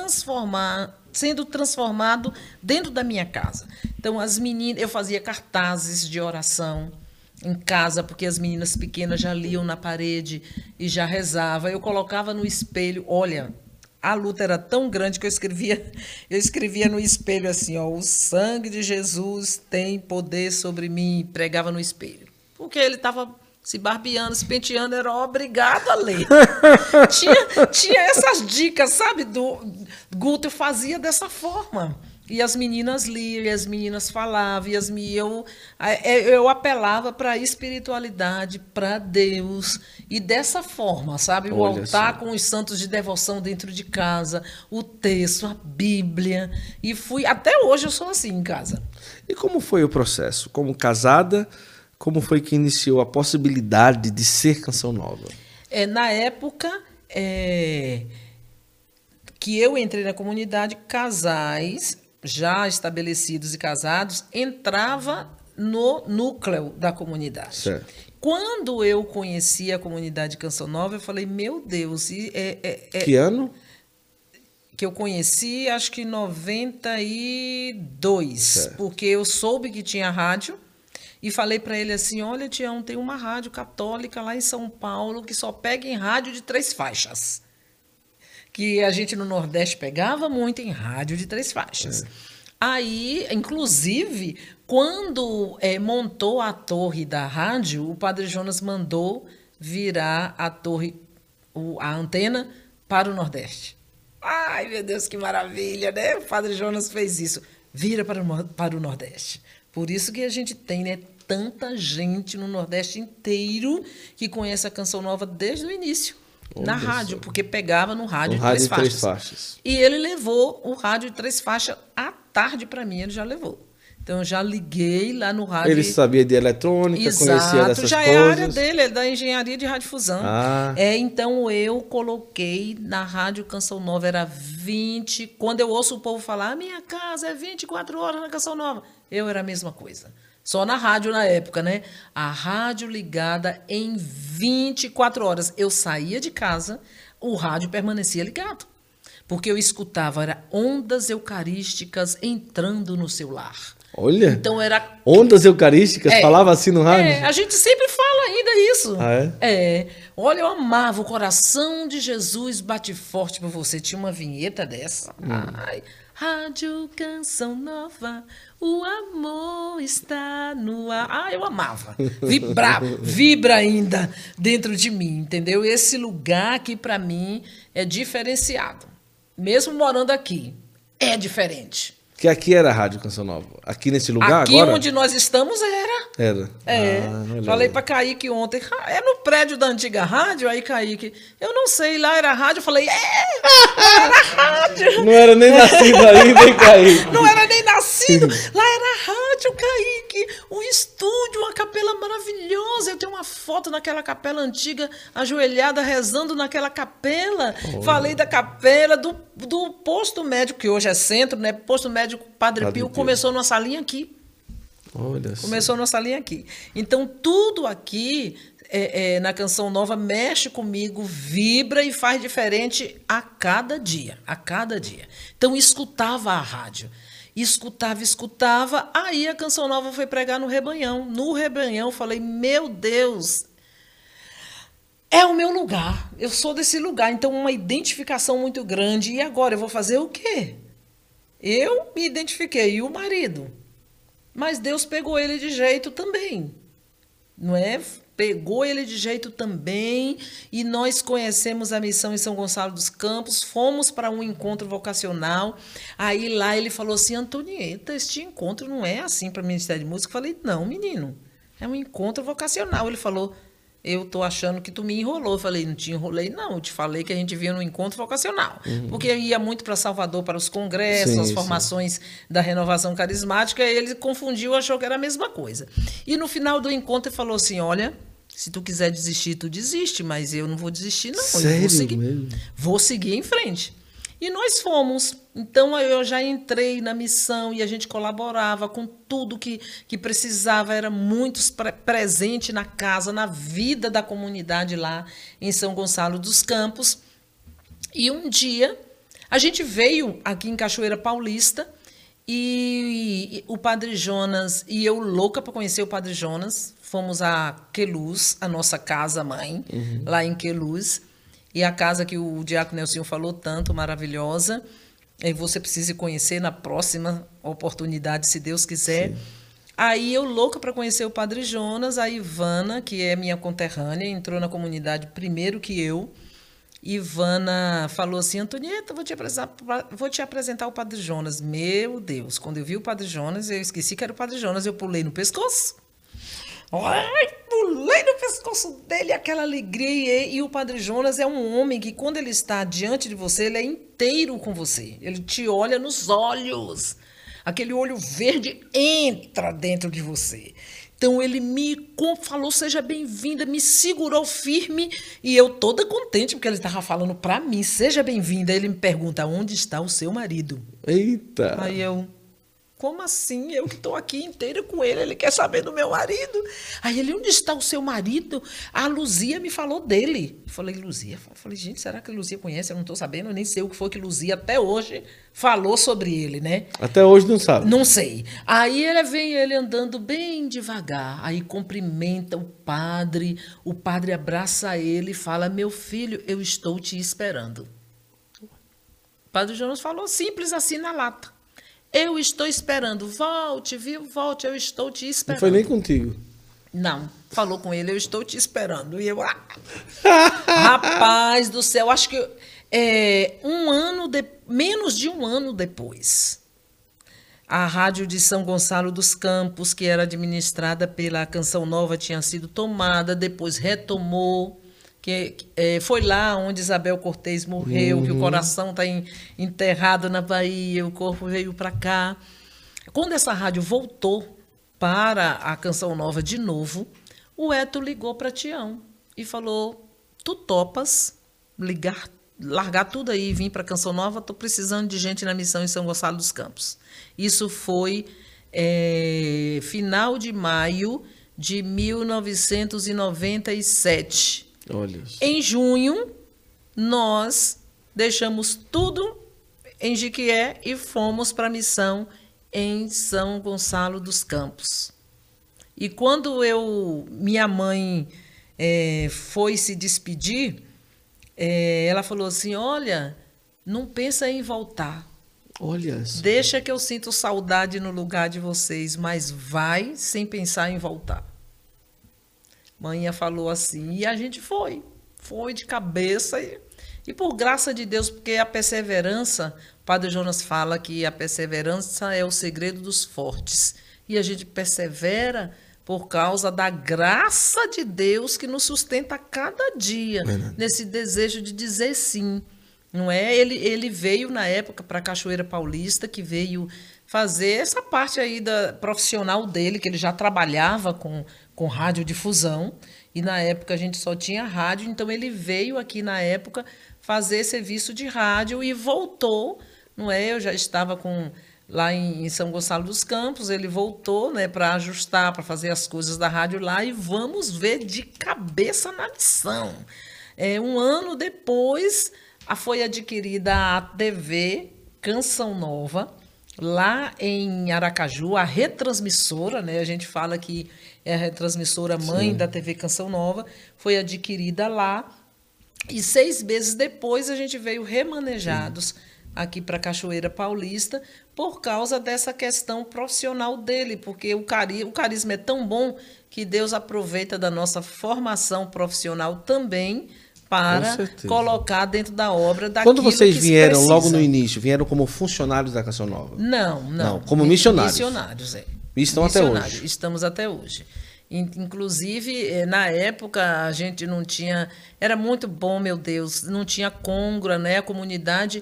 Speaker 2: transformado dentro da minha casa. Então, as meninas, eu fazia cartazes de oração em casa, porque as meninas pequenas já liam na parede e já rezavam. Eu colocava no espelho, olha, a luta era tão grande que eu escrevia no espelho assim, ó, o sangue de Jesus tem poder sobre mim, e pregava no espelho. Porque ele estava se barbeando, se penteando, era obrigado a ler. tinha essas dicas, sabe? Guto fazia dessa forma. E as meninas liam, e as meninas falavam, e eu apelava para a espiritualidade, para Deus. E dessa forma, sabe? O Olha altar assim. Com os santos de devoção dentro de casa, o texto, a Bíblia. E até hoje eu sou assim em casa.
Speaker 1: E como foi o processo? Como casada, como foi que iniciou a possibilidade de ser Canção Nova?
Speaker 2: Na época que eu entrei na comunidade, casais já estabelecidos e casados entrava no núcleo da comunidade.
Speaker 1: Certo.
Speaker 2: Quando eu conheci a comunidade Canção Nova, eu falei, meu Deus...
Speaker 1: Que ano?
Speaker 2: Que eu conheci, acho que em 92, certo. Porque eu soube que tinha rádio e falei para ele assim, olha, Tião, tem uma rádio católica lá em São Paulo que só pega em rádio de 3 faixas. Que a gente no Nordeste pegava muito em rádio de 3 faixas. Aí, inclusive, quando montou a torre da rádio, o Padre Jonas mandou virar a torre, a antena, para o Nordeste. Ai, meu Deus, que maravilha, né? O Padre Jonas fez isso. Vira para o Nordeste. Por isso que a gente tem, né, tanta gente no Nordeste inteiro que conhece a Canção Nova desde o início. Na rádio, porque pegava no rádio, de três faixas. E ele levou o rádio de 3 faixas à tarde para mim, ele já levou. Então, eu já liguei lá no rádio.
Speaker 1: Ele sabia de eletrônica, conhecia dessas
Speaker 2: já
Speaker 1: coisas.
Speaker 2: É a área dele, é da engenharia de radiodifusão. Então, eu coloquei na rádio Canção Nova, era 20. Quando eu ouço o povo falar, minha casa é 24 horas na Canção Nova. Eu era a mesma coisa. Só na rádio na época, né? A rádio ligada em 24 horas. Eu saía de casa, o rádio permanecia ligado. Porque eu escutava, era ondas eucarísticas entrando no seu lar.
Speaker 1: Olha,
Speaker 2: então era
Speaker 1: ondas eucarísticas, falava assim no rádio?
Speaker 2: A gente sempre fala ainda isso.
Speaker 1: É?
Speaker 2: Olha, eu amava, o coração de Jesus bate forte por você. Tinha uma vinheta dessa. Ai, Rádio Canção Nova, o amor está no ar. Eu amava. Vibra ainda dentro de mim, entendeu? Esse lugar aqui, para mim, é diferenciado. Mesmo morando aqui, é diferente.
Speaker 1: Que aqui era a Rádio Canção Nova. Aqui nesse lugar
Speaker 2: aqui
Speaker 1: agora?
Speaker 2: Aqui onde nós estamos era. Falei para Kaique ontem, é no prédio da antiga rádio, aí Kaique, eu não sei, lá era rádio, eu falei, lá era rádio.
Speaker 1: Não era nem nascido ainda, hein, Kaique?
Speaker 2: Não era nem nascido, lá era rádio, Kaique, um estúdio, uma capela maravilhosa, eu tenho uma foto naquela capela antiga, ajoelhada, rezando naquela capela. Falei da capela, do posto médico, que hoje é centro, né, posto médico Padre Pio, começou numa salinha aqui. Começou numa salinha aqui. Então, tudo aqui na Canção Nova mexe comigo, vibra e faz diferente a cada dia. A cada dia. Então, escutava a rádio. Escutava. Aí a Canção Nova foi pregar no Rebanhão. No Rebanhão, falei, meu Deus, é o meu lugar. Eu sou desse lugar. Então, uma identificação muito grande. E agora, eu vou fazer o quê? Eu me identifiquei, e o marido. Mas Deus pegou ele de jeito também. Não é? Pegou ele de jeito também. E nós conhecemos a missão em São Gonçalo dos Campos. Fomos para um encontro vocacional. Aí lá ele falou assim, Antonieta, este encontro não é assim para o Ministério de Música. Eu falei, não, menino. É um encontro vocacional. Ele falou, eu tô achando que tu me enrolou. Eu falei, não te enrolei, não. Eu te falei que a gente vinha no encontro vocacional. Porque eu ia muito para Salvador, para os congressos, as formações da renovação carismática, e ele confundiu, achou que era a mesma coisa. E no final do encontro ele falou assim, olha, se tu quiser desistir, tu desiste, mas eu não vou desistir, não.
Speaker 1: Sério?
Speaker 2: Vou seguir em frente. E nós fomos. Então, eu já entrei na missão e a gente colaborava com tudo que precisava. Era muito presente na casa, na vida da comunidade lá em São Gonçalo dos Campos. E um dia, a gente veio aqui em Cachoeira Paulista e o Padre Jonas e eu, louca para conhecer o Padre Jonas, fomos a Queluz, a nossa casa-mãe, lá em Queluz. E a casa que o Diácono Nelsinho falou tanto, maravilhosa. E você precisa conhecer na próxima oportunidade, se Deus quiser. Sim. Aí eu, louca para conhecer o Padre Jonas, a Ivana, que é minha conterrânea, entrou na comunidade primeiro que eu. Ivana falou assim, Antonieta, vou te apresentar o Padre Jonas. Meu Deus, quando eu vi o Padre Jonas, eu esqueci que era o Padre Jonas, eu pulei no pescoço. Ai, pulei no pescoço dele, aquela alegria. E o Padre Jonas é um homem que, quando ele está diante de você, ele é inteiro com você. Ele te olha nos olhos. Aquele olho verde entra dentro de você. Então, ele me falou, seja bem-vinda, me segurou firme. E eu toda contente, porque ele estava falando para mim, seja bem-vinda. Ele me pergunta, onde está o seu marido?
Speaker 1: Eita!
Speaker 2: Aí eu... Como assim? Eu que estou aqui inteira com ele, ele quer saber do meu marido. Aí ele, onde está o seu marido? A Luzia me falou dele. Eu falei, Luzia? Eu falei, gente, será que a Luzia conhece? Eu não estou sabendo, eu nem sei o que foi que Luzia até hoje falou sobre ele, né?
Speaker 1: Até hoje não sabe.
Speaker 2: Não sei. Aí vem ele andando bem devagar, aí cumprimenta o padre abraça ele e fala, meu filho, eu estou te esperando. O Padre Jonas falou simples assim na lata. Eu estou esperando. Volte, viu? Volte, eu estou te esperando.
Speaker 1: Não foi nem contigo.
Speaker 2: Não. Falou com ele, eu estou te esperando. E eu... Rapaz do céu, acho que Menos de um ano depois, a rádio de São Gonçalo dos Campos, que era administrada pela Canção Nova, tinha sido tomada, depois retomou, foi lá onde Isabel Cortez morreu, que o coração está enterrado na Bahia, o corpo veio para cá. Quando essa rádio voltou para a Canção Nova de novo, o Eto ligou para Tião e falou: tu topas largar tudo aí e vir para a Canção Nova? Estou precisando de gente na missão em São Gonçalo dos Campos. Isso foi final de maio de 1997.
Speaker 1: Olha isso.
Speaker 2: Em junho, nós deixamos tudo em Jequié e fomos para a missão em São Gonçalo dos Campos. E quando minha mãe foi se despedir, ela falou assim: olha, não pensa em voltar.
Speaker 1: Olha isso.
Speaker 2: Deixa que eu sinto saudade no lugar de vocês, mas vai sem pensar em voltar. Mãinha falou assim, e a gente foi de cabeça, e por graça de Deus, porque a perseverança, o Padre Jonas fala que a perseverança é o segredo dos fortes, e a gente persevera por causa da graça de Deus que nos sustenta a cada dia, nesse desejo de dizer sim. Não é? Ele veio na época para a Cachoeira Paulista, que veio fazer essa parte aí profissional dele, que ele já trabalhava com radiodifusão, e na época a gente só tinha rádio, então ele veio aqui na época fazer serviço de rádio e voltou, não é? Eu já estava lá em São Gonçalo dos Campos, ele voltou, né, para ajustar, para fazer as coisas da rádio lá, e vamos ver de cabeça na missão. Um ano depois, foi adquirida a TV Canção Nova, lá em Aracaju, a retransmissora, né? A gente fala que é a retransmissora mãe da TV Canção Nova, foi adquirida lá, e 6 meses depois a gente veio remanejados aqui para a Cachoeira Paulista, por causa dessa questão profissional dele, porque o carisma é tão bom que Deus aproveita da nossa formação profissional também para colocar dentro da obra daquilo que se precisa. Quando vocês
Speaker 1: vieram logo no início, vieram como funcionários da Canção Nova?
Speaker 2: Não.
Speaker 1: Como missionários?
Speaker 2: Missionários,
Speaker 1: E estão até hoje?
Speaker 2: Estamos até hoje. Inclusive, na época, a gente não tinha... Era muito bom, meu Deus, não tinha côngrua, né? A comunidade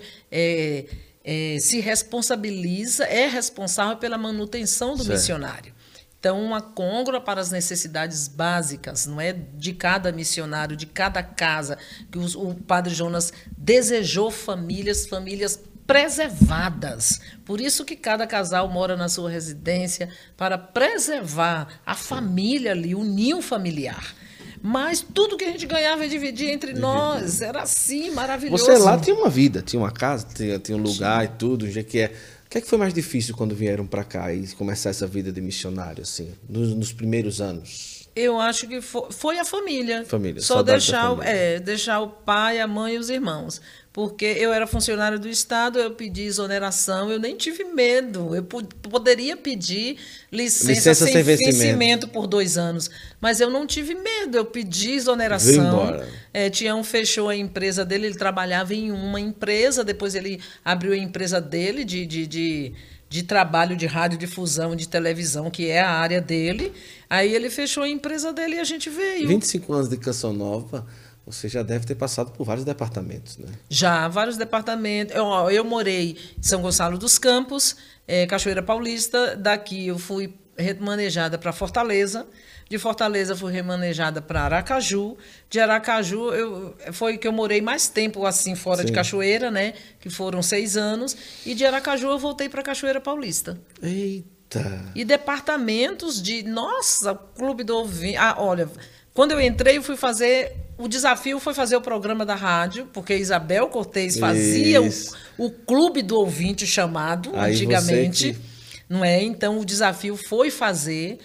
Speaker 2: se responsabiliza, é responsável pela manutenção do missionário. Então, uma côngrua para as necessidades básicas, não é, de cada missionário, de cada casa, que o Padre Jonas desejou famílias preservadas. Por isso que cada casal mora na sua residência, para preservar a família ali, o ninho familiar. Mas tudo que a gente ganhava e dividia entre nós, era assim, maravilhoso.
Speaker 1: Você lá tinha uma vida, tinha uma casa, tinha um lugar e tudo, já que O que foi mais difícil quando vieram para cá e começar essa vida de missionário, assim, nos primeiros anos?
Speaker 2: Eu acho que foi a família.
Speaker 1: Só
Speaker 2: deixar o pai, a mãe e os irmãos. Porque eu era funcionária do Estado, eu pedi exoneração, eu nem tive medo. Eu poderia pedir licença sem vencimento por 2 anos, mas eu não tive medo, eu pedi exoneração. Tião fechou a empresa dele, ele trabalhava em uma empresa, depois ele abriu a empresa dele de trabalho de radiodifusão, de televisão, que é a área dele. Aí ele fechou a empresa dele e a gente veio.
Speaker 1: 25 anos de Canção Nova... Você já deve ter passado por vários departamentos, né?
Speaker 2: Já, vários departamentos. Eu morei em São Gonçalo dos Campos, Cachoeira Paulista. Daqui eu fui remanejada para Fortaleza. De Fortaleza fui remanejada para Aracaju. De Aracaju foi que eu morei mais tempo assim fora de Cachoeira, né? Que foram 6 anos. E de Aracaju eu voltei para Cachoeira Paulista.
Speaker 1: Eita!
Speaker 2: E departamentos Nossa, Clube do Ouvinte... olha... Quando eu entrei, eu fui fazer... O desafio foi fazer o programa da rádio, porque Isabel Cortez fazia o Clube do Ouvinte chamado, antigamente. Não é? Então, o desafio foi fazer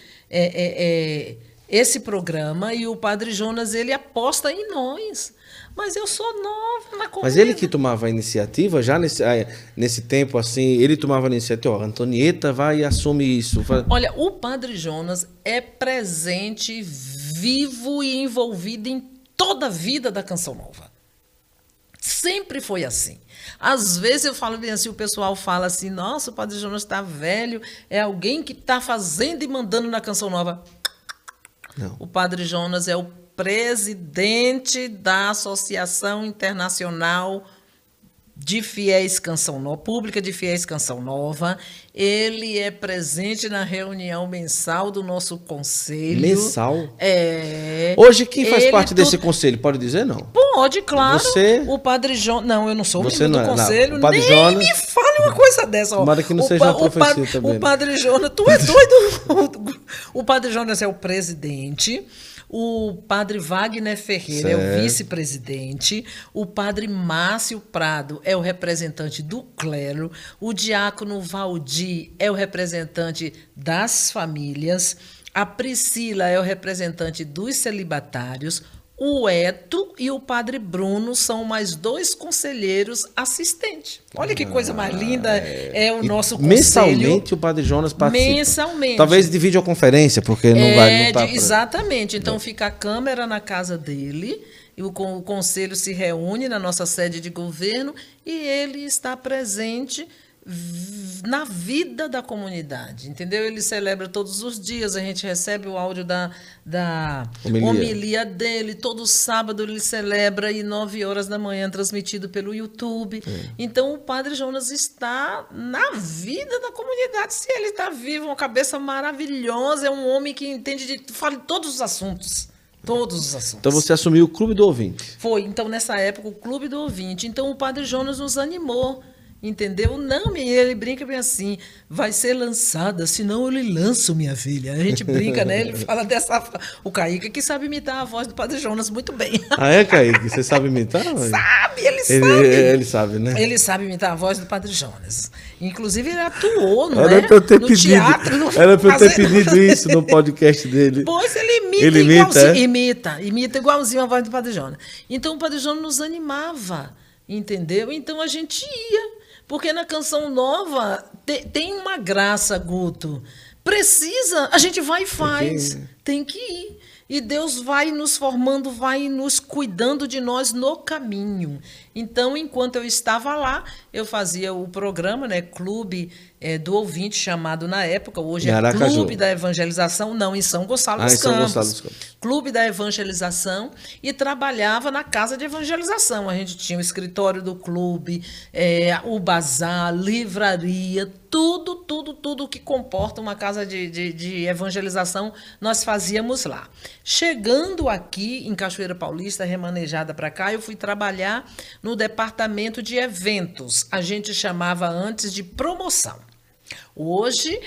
Speaker 2: esse programa, e o Padre Jonas, ele aposta em nós. Mas eu sou nova na comunidade.
Speaker 1: Mas ele que tomava a iniciativa, já nesse tempo, assim, ele tomava a iniciativa, Antonieta vai e assume isso.
Speaker 2: Olha, o Padre Jonas é presente, vivo e envolvido em toda a vida da Canção Nova. Sempre foi assim. Às vezes eu falo bem assim, o pessoal fala assim, nossa, o Padre Jonas está velho, é alguém que está fazendo e mandando na Canção Nova.
Speaker 1: Não.
Speaker 2: O Padre Jonas é o presidente da Associação Internacional de Fiéis Canção Nova, Pública de Fiéis Canção Nova. Ele é presente na reunião mensal do nosso conselho.
Speaker 1: Mensal?
Speaker 2: É.
Speaker 1: Hoje, quem faz parte desse conselho? Pode dizer, não?
Speaker 2: Pode, claro.
Speaker 1: Você?
Speaker 2: O Padre Jonas... Não, eu não sou
Speaker 1: Você
Speaker 2: membro
Speaker 1: não
Speaker 2: do
Speaker 1: é, não.
Speaker 2: conselho.
Speaker 1: O Padre
Speaker 2: Nem
Speaker 1: Jonas...
Speaker 2: me fale uma coisa dessa. Ó.
Speaker 1: Tomara que não seja uma profecia também.
Speaker 2: O Padre Jonas... Tu é doido? O Padre Jonas é o presidente. O Padre Wagner Ferreira é o vice-presidente. O Padre Márcio Prado é o representante do clero. O diácono Valdir é o representante das famílias. A Priscila é o representante dos celibatários. O Eto e o Padre Bruno são mais 2 conselheiros assistentes. Olha que coisa mais linda é o nosso conselho.
Speaker 1: Mensalmente o Padre Jonas participa.
Speaker 2: Mensalmente.
Speaker 1: Talvez de videoconferência, porque não vai... Não tá
Speaker 2: exatamente. Então fica a câmera na casa dele, e o conselho se reúne na nossa sede de governo e ele está presente na vida da comunidade, entendeu? Ele celebra todos os dias, a gente recebe o áudio da homilia dele, todo sábado ele celebra e 9 horas da manhã transmitido pelo YouTube. Então o Padre Jonas está na vida da comunidade. Se ele está vivo, uma cabeça maravilhosa, é um homem que entende fala de todos os assuntos. Todos os assuntos.
Speaker 1: Então você assumiu o Clube do Ouvinte.
Speaker 2: Foi, então nessa época o Clube do Ouvinte. Então o Padre Jonas nos animou. Entendeu? Não, ele brinca bem assim, vai ser lançada, senão eu lhe lanço, minha filha. A gente brinca, né? Ele fala dessa... O Kaique que sabe imitar a voz do Padre Jonas muito bem.
Speaker 1: Ah, é, Kaique? Você sabe imitar?
Speaker 2: Sabe, ele sabe.
Speaker 1: Ele sabe, né?
Speaker 2: Ele sabe imitar a voz do Padre Jonas. Inclusive, ele atuou, não
Speaker 1: era
Speaker 2: é?
Speaker 1: Pra eu ter
Speaker 2: no
Speaker 1: pedido,
Speaker 2: teatro.
Speaker 1: Era para eu ter pedido isso no podcast dele.
Speaker 2: Pois ele imita, imita igualzinho a voz do Padre Jonas. Então, o Padre Jonas nos animava, entendeu? Então, a gente ia. Porque na Canção Nova tem uma graça, Guto. Precisa, a gente vai e faz. Tem que ir. E Deus vai nos formando, vai nos cuidando de nós no caminho. Então, enquanto eu estava lá, eu fazia o programa, né, Clube do Ouvinte, chamado na época, hoje é Clube da Evangelização, não, em São Gonçalo dos Campos. Clube da Evangelização, e trabalhava na Casa de Evangelização. A gente tinha o escritório do clube, o bazar, livraria, tudo que comporta uma casa de evangelização, nós fazíamos lá. Chegando aqui em Cachoeira Paulista, remanejada para cá, eu fui trabalhar no departamento de eventos. A gente chamava antes de promoção. Hoje,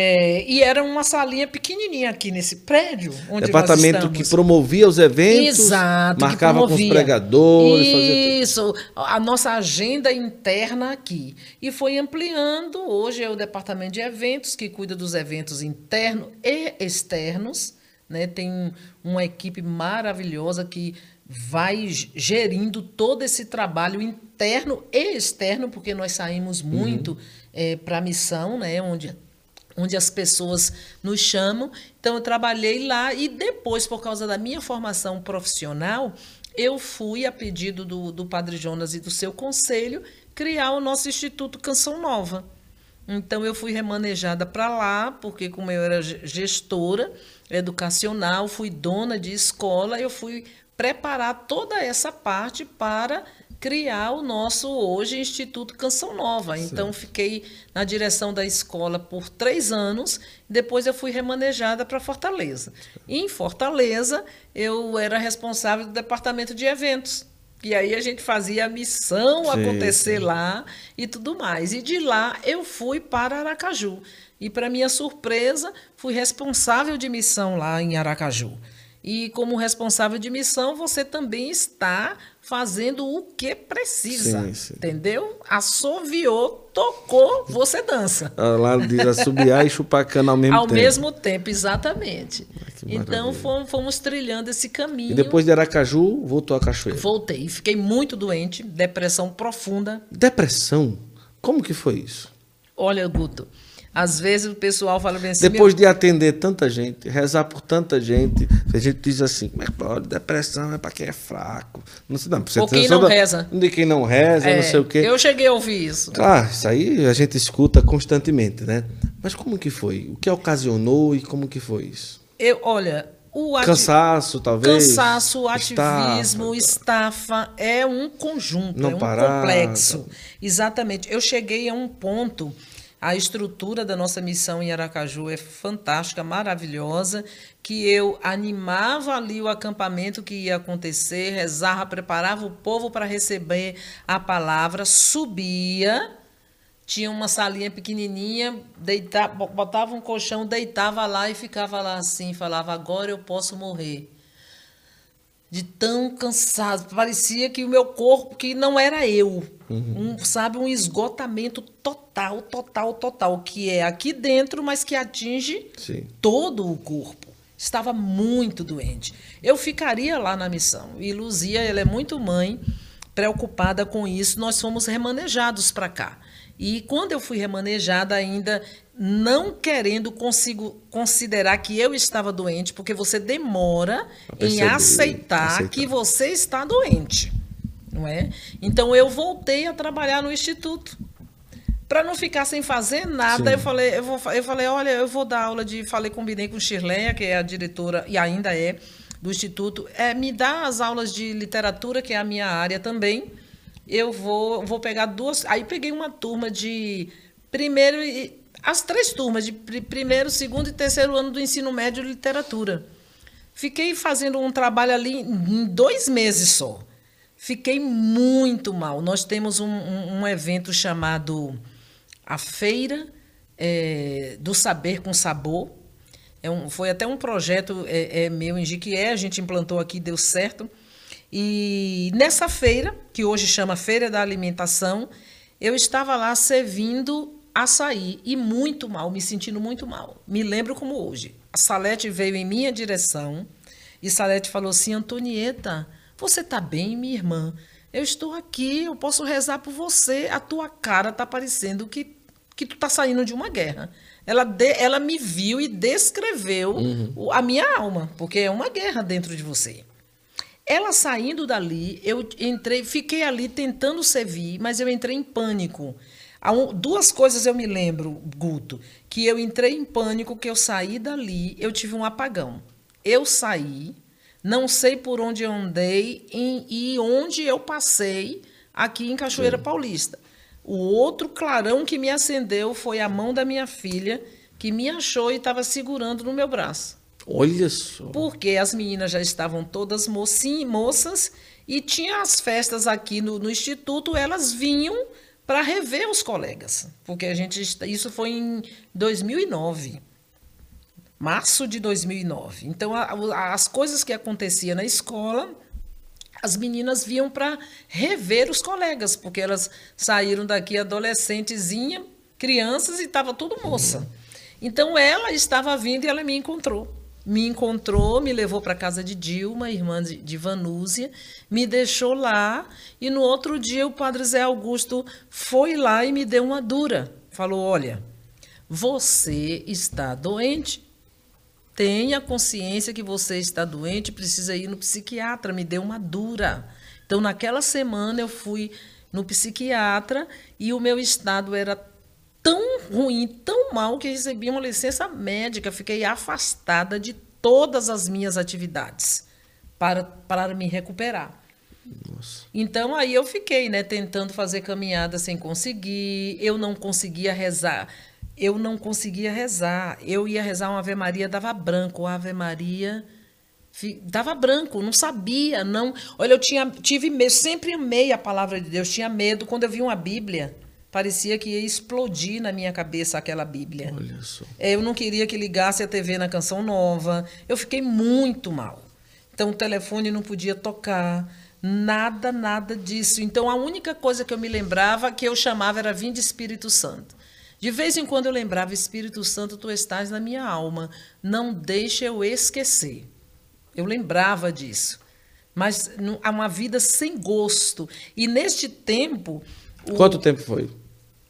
Speaker 2: e era uma salinha pequenininha aqui nesse prédio onde
Speaker 1: departamento
Speaker 2: nós estamos.
Speaker 1: Que promovia os eventos,
Speaker 2: exato,
Speaker 1: marcava com os pregadores.
Speaker 2: Isso, a nossa agenda interna aqui. E foi ampliando, hoje é o departamento de eventos, que cuida dos eventos internos e externos, né? Tem uma equipe maravilhosa que vai gerindo todo esse trabalho interno e externo, porque nós saímos muito para a missão, né, onde as pessoas nos chamam. Então, eu trabalhei lá e depois, por causa da minha formação profissional, eu fui, a pedido do Padre Jonas e do seu conselho, criar o nosso Instituto Canção Nova. Então, eu fui remanejada para lá, porque como eu era gestora educacional, fui dona de escola, eu fui preparar toda essa parte para criar o nosso, hoje, Instituto Canção Nova. Sim. Então, fiquei na direção da escola por 3 anos, depois eu fui remanejada para Fortaleza. E em Fortaleza, eu era responsável do departamento de eventos. E aí a gente fazia a missão acontecer lá e tudo mais. E de lá eu fui para Aracaju. E, para minha surpresa, fui responsável de missão lá em Aracaju. E como responsável de missão, você também está fazendo o que precisa, entendeu? Assoviou, tocou, você dança.
Speaker 1: Lá diz assobiar e chupar cana ao mesmo tempo.
Speaker 2: Ao mesmo tempo, exatamente. Então, fomos trilhando esse caminho.
Speaker 1: E depois de Aracaju, voltou a Cachoeira?
Speaker 2: Voltei. Fiquei muito doente, depressão profunda.
Speaker 1: Depressão? Como que foi isso?
Speaker 2: Olha, Guto, Às vezes o pessoal fala bem assim...
Speaker 1: Depois de atender tanta gente, rezar por tanta gente, a gente diz assim, mas pode, depressão é para quem é fraco. Não sei, não,
Speaker 2: ou quem não reza.
Speaker 1: De quem não reza, não sei o quê.
Speaker 2: Eu cheguei a ouvir isso.
Speaker 1: Ah, isso aí a gente escuta constantemente, né? Mas como que foi? O que ocasionou e como que foi isso?
Speaker 2: Olha...
Speaker 1: Cansaço, talvez?
Speaker 2: Cansaço, ativismo, estafa, é um conjunto,
Speaker 1: não
Speaker 2: é um
Speaker 1: parar,
Speaker 2: complexo.
Speaker 1: tá.
Speaker 2: Exatamente. Eu cheguei a um ponto, a estrutura da nossa missão em Aracaju é fantástica, maravilhosa, que eu animava ali o acampamento que ia acontecer, rezava, preparava o povo para receber a palavra, subia... Tinha uma salinha pequenininha, botava um colchão, deitava lá e ficava lá assim, falava, agora eu posso morrer. De tão cansado, parecia que o meu corpo, que não era eu, um esgotamento total, que é aqui dentro, mas que atinge
Speaker 1: Sim.
Speaker 2: todo o corpo. Estava muito doente. Eu ficaria lá na missão. E Luzia, ela é muito mãe, preocupada com isso, nós fomos remanejados para cá. E quando eu fui remanejada ainda, não querendo considerar que eu estava doente, porque você demora em aceitar que você está doente, não é? Então, eu voltei a trabalhar no Instituto. Para não ficar sem fazer nada, eu falei, olha, eu vou dar aula combinei com Shirleia, que é a diretora, e ainda é, do Instituto, me dá as aulas de literatura, que é a minha área também. Eu vou pegar duas... Aí peguei uma turma de primeiro... As 3 turmas, de primeiro, segundo e terceiro ano do ensino médio de literatura. Fiquei fazendo um trabalho ali em 2 meses só. Fiquei muito mal. Nós temos um evento chamado a Feira do Saber com Sabor. Foi até um projeto meu em Jiquié, a gente implantou aqui, deu certo. E nessa feira, que hoje chama Feira da Alimentação, eu estava lá servindo açaí e muito mal, me sentindo muito mal. Me lembro como hoje. A Salete veio em minha direção e Salete falou assim, Antonieta, você está bem, minha irmã? Eu estou aqui, eu posso rezar por você. A tua cara está parecendo que tu está saindo de uma guerra. Ela me viu e descreveu a minha alma, porque é uma guerra dentro de você. Ela saindo dali, eu fiquei ali tentando servir, mas eu entrei em pânico. 2 coisas eu me lembro, Guto, que eu entrei em pânico, que eu saí dali, eu tive um apagão. Eu saí, não sei por onde eu andei e onde eu passei aqui em Cachoeira Paulista. O outro clarão que me acendeu foi a mão da minha filha, que me achou e estava segurando no meu braço.
Speaker 1: Olha só.
Speaker 2: Porque as meninas já estavam todas moças e tinha as festas aqui no Instituto, elas vinham para rever os colegas. Porque isso foi em 2009, março de 2009. Então, as coisas que aconteciam na escola, as meninas vinham para rever os colegas, porque elas saíram daqui adolescentezinha, crianças, e estava tudo moça. Então, ela estava vindo e ela me encontrou. Me levou para a casa de Dilma, irmã de Vanúzia, me deixou lá e no outro dia o padre Zé Augusto foi lá e me deu uma dura. Falou, olha, você está doente, tenha consciência que você está doente, precisa ir no psiquiatra, me deu uma dura. Então, naquela semana eu fui no psiquiatra e o meu estado era tão ruim, tão mal, que recebi uma licença médica, fiquei afastada de todas as minhas atividades para me recuperar.
Speaker 1: Nossa.
Speaker 2: Então, aí eu fiquei, né, tentando fazer caminhada sem conseguir, eu não conseguia rezar. Eu ia rezar uma Ave Maria, dava branco, Ave Maria... Dava branco, não sabia, não. Olha, tive medo, sempre amei a palavra de Deus, tinha medo. Quando eu vi uma Bíblia, parecia que ia explodir na minha cabeça aquela Bíblia.
Speaker 1: Olha só.
Speaker 2: Eu não queria que ligasse a TV na Canção Nova. Eu fiquei muito mal. Então, o telefone não podia tocar, nada disso. Então, a única coisa que eu me lembrava, que eu chamava, era Vinde Espírito Santo. De vez em quando eu lembrava, Espírito Santo, tu estás na minha alma, não deixa eu esquecer. Eu lembrava disso. Mas há uma vida sem gosto. E neste tempo...
Speaker 1: Quanto tempo foi?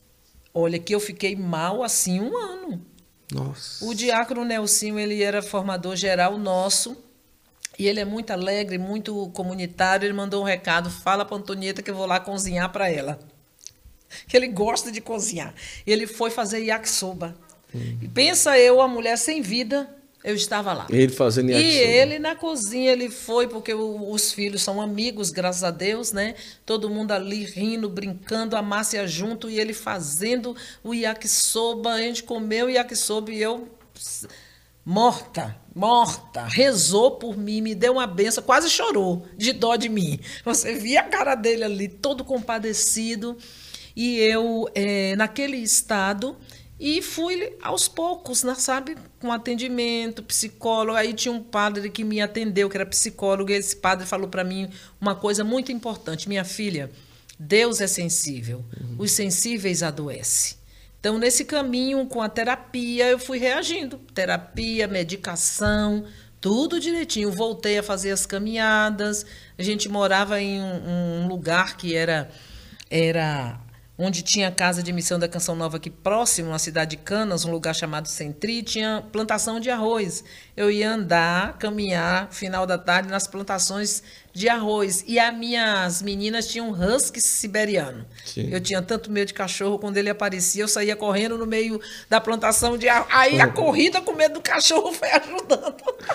Speaker 2: Olha, que eu fiquei mal assim 1 ano.
Speaker 1: Nossa.
Speaker 2: O diácono Nelsinho, ele era formador geral nosso, e ele é muito alegre, muito comunitário. Ele mandou um recado: fala para Antonieta que eu vou lá cozinhar para ela. Que ele gosta de cozinhar. Ele foi fazer yakisoba. E pensa eu, a mulher sem vida, eu estava lá.
Speaker 1: Ele fazendo
Speaker 2: E
Speaker 1: yakisoba.
Speaker 2: ele na cozinha, ele foi, porque os filhos são amigos, graças a Deus, né? Todo mundo ali rindo, brincando, a Márcia junto, e ele fazendo o yakisoba. A gente comeu o yakisoba e eu morta, rezou por mim, me deu uma benção, quase chorou de dó de mim. Você via a cara dele ali, todo compadecido, e eu naquele estado, e fui aos poucos, né, sabe, com atendimento, psicólogo. Aí tinha um padre que me atendeu, que era psicólogo, e esse padre falou para mim uma coisa muito importante: minha filha, Deus é sensível, os sensíveis adoecem. Então, nesse caminho, com a terapia, eu fui reagindo. Terapia, medicação, tudo direitinho. Voltei a fazer as caminhadas. A gente morava em um lugar que era onde tinha a Casa de Missão da Canção Nova aqui próximo, na cidade de Canas, um lugar chamado Centri, tinha plantação de arroz. Eu ia andar, caminhar, final da tarde, nas plantações de arroz. E as minhas meninas tinham um husky siberiano.
Speaker 1: Sim.
Speaker 2: Eu tinha tanto medo de cachorro, quando ele aparecia, eu saía correndo no meio da plantação de arroz. Aí a corrida com medo do cachorro foi ajudando.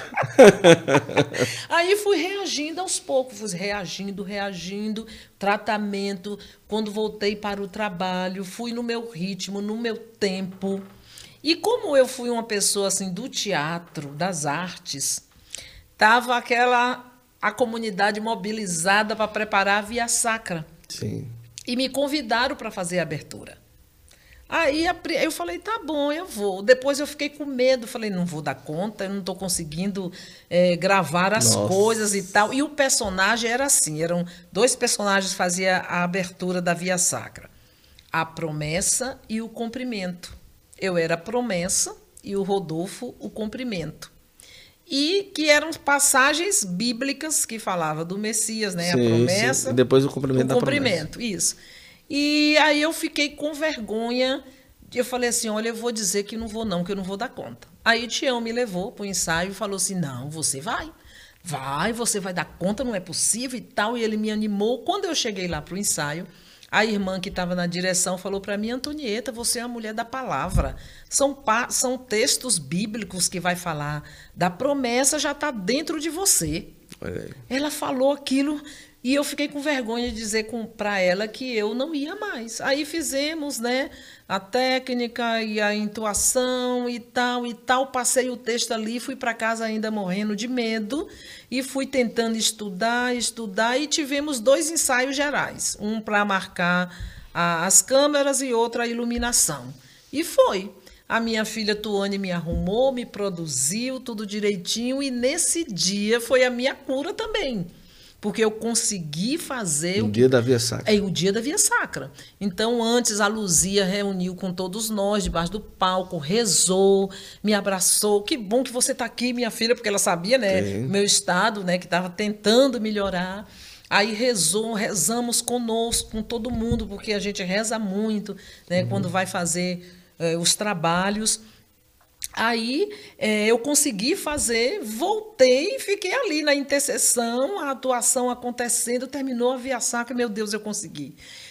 Speaker 2: Aí fui reagindo aos poucos, fui reagindo, tratamento. Quando voltei para o trabalho, fui no meu ritmo, no meu tempo. E como eu fui uma pessoa assim do teatro, das artes, estava a comunidade mobilizada para preparar a Via Sacra.
Speaker 1: Sim.
Speaker 2: E me convidaram para fazer a abertura. Aí eu falei, tá bom, eu vou. Depois eu fiquei com medo, falei, não vou dar conta, eu não estou conseguindo gravar as coisas e tal. E o personagem era assim, eram 2 personagens que faziam a abertura da Via Sacra: a promessa e o cumprimento. Eu era a promessa e o Rodolfo o cumprimento. E que eram passagens bíblicas que falavam do Messias, né?
Speaker 1: Sim,
Speaker 2: a promessa.
Speaker 1: Sim. E depois o cumprimento da
Speaker 2: promessa. Isso. E aí eu fiquei com vergonha. Eu falei assim, olha, eu vou dizer que não vou não, que eu não vou dar conta. Aí Tião me levou para o ensaio e falou assim, não, você vai. Você vai dar conta, não é possível e tal. E ele me animou. Quando eu cheguei lá para o ensaio, a irmã que estava na direção falou para mim, Antonieta, você é a mulher da palavra. São textos bíblicos que vai falar da promessa, já está dentro de você. Ela falou aquilo e eu fiquei com vergonha de dizer para ela que eu não ia mais. Aí fizemos, né, a técnica e a intuação e tal. Passei o texto ali, fui para casa ainda morrendo de medo e fui tentando estudar e tivemos 2 ensaios gerais. Um para marcar as câmeras e outro a iluminação. E foi. A minha filha Tuane me arrumou, me produziu tudo direitinho e nesse dia foi a minha cura também. Porque eu consegui fazer...
Speaker 1: O dia da Via Sacra.
Speaker 2: O dia da Via Sacra. Então, antes, a Luzia reuniu com todos nós, debaixo do palco, rezou, me abraçou. Que bom que você está aqui, minha filha, porque ela sabia, né, o meu estado, né, que estava tentando melhorar. Aí rezamos conosco, com todo mundo, porque a gente reza muito, né, quando vai fazer os trabalhos. Aí eu consegui fazer, voltei e fiquei ali na intercessão, a atuação acontecendo, terminou a Via Sacra, meu Deus, eu consegui.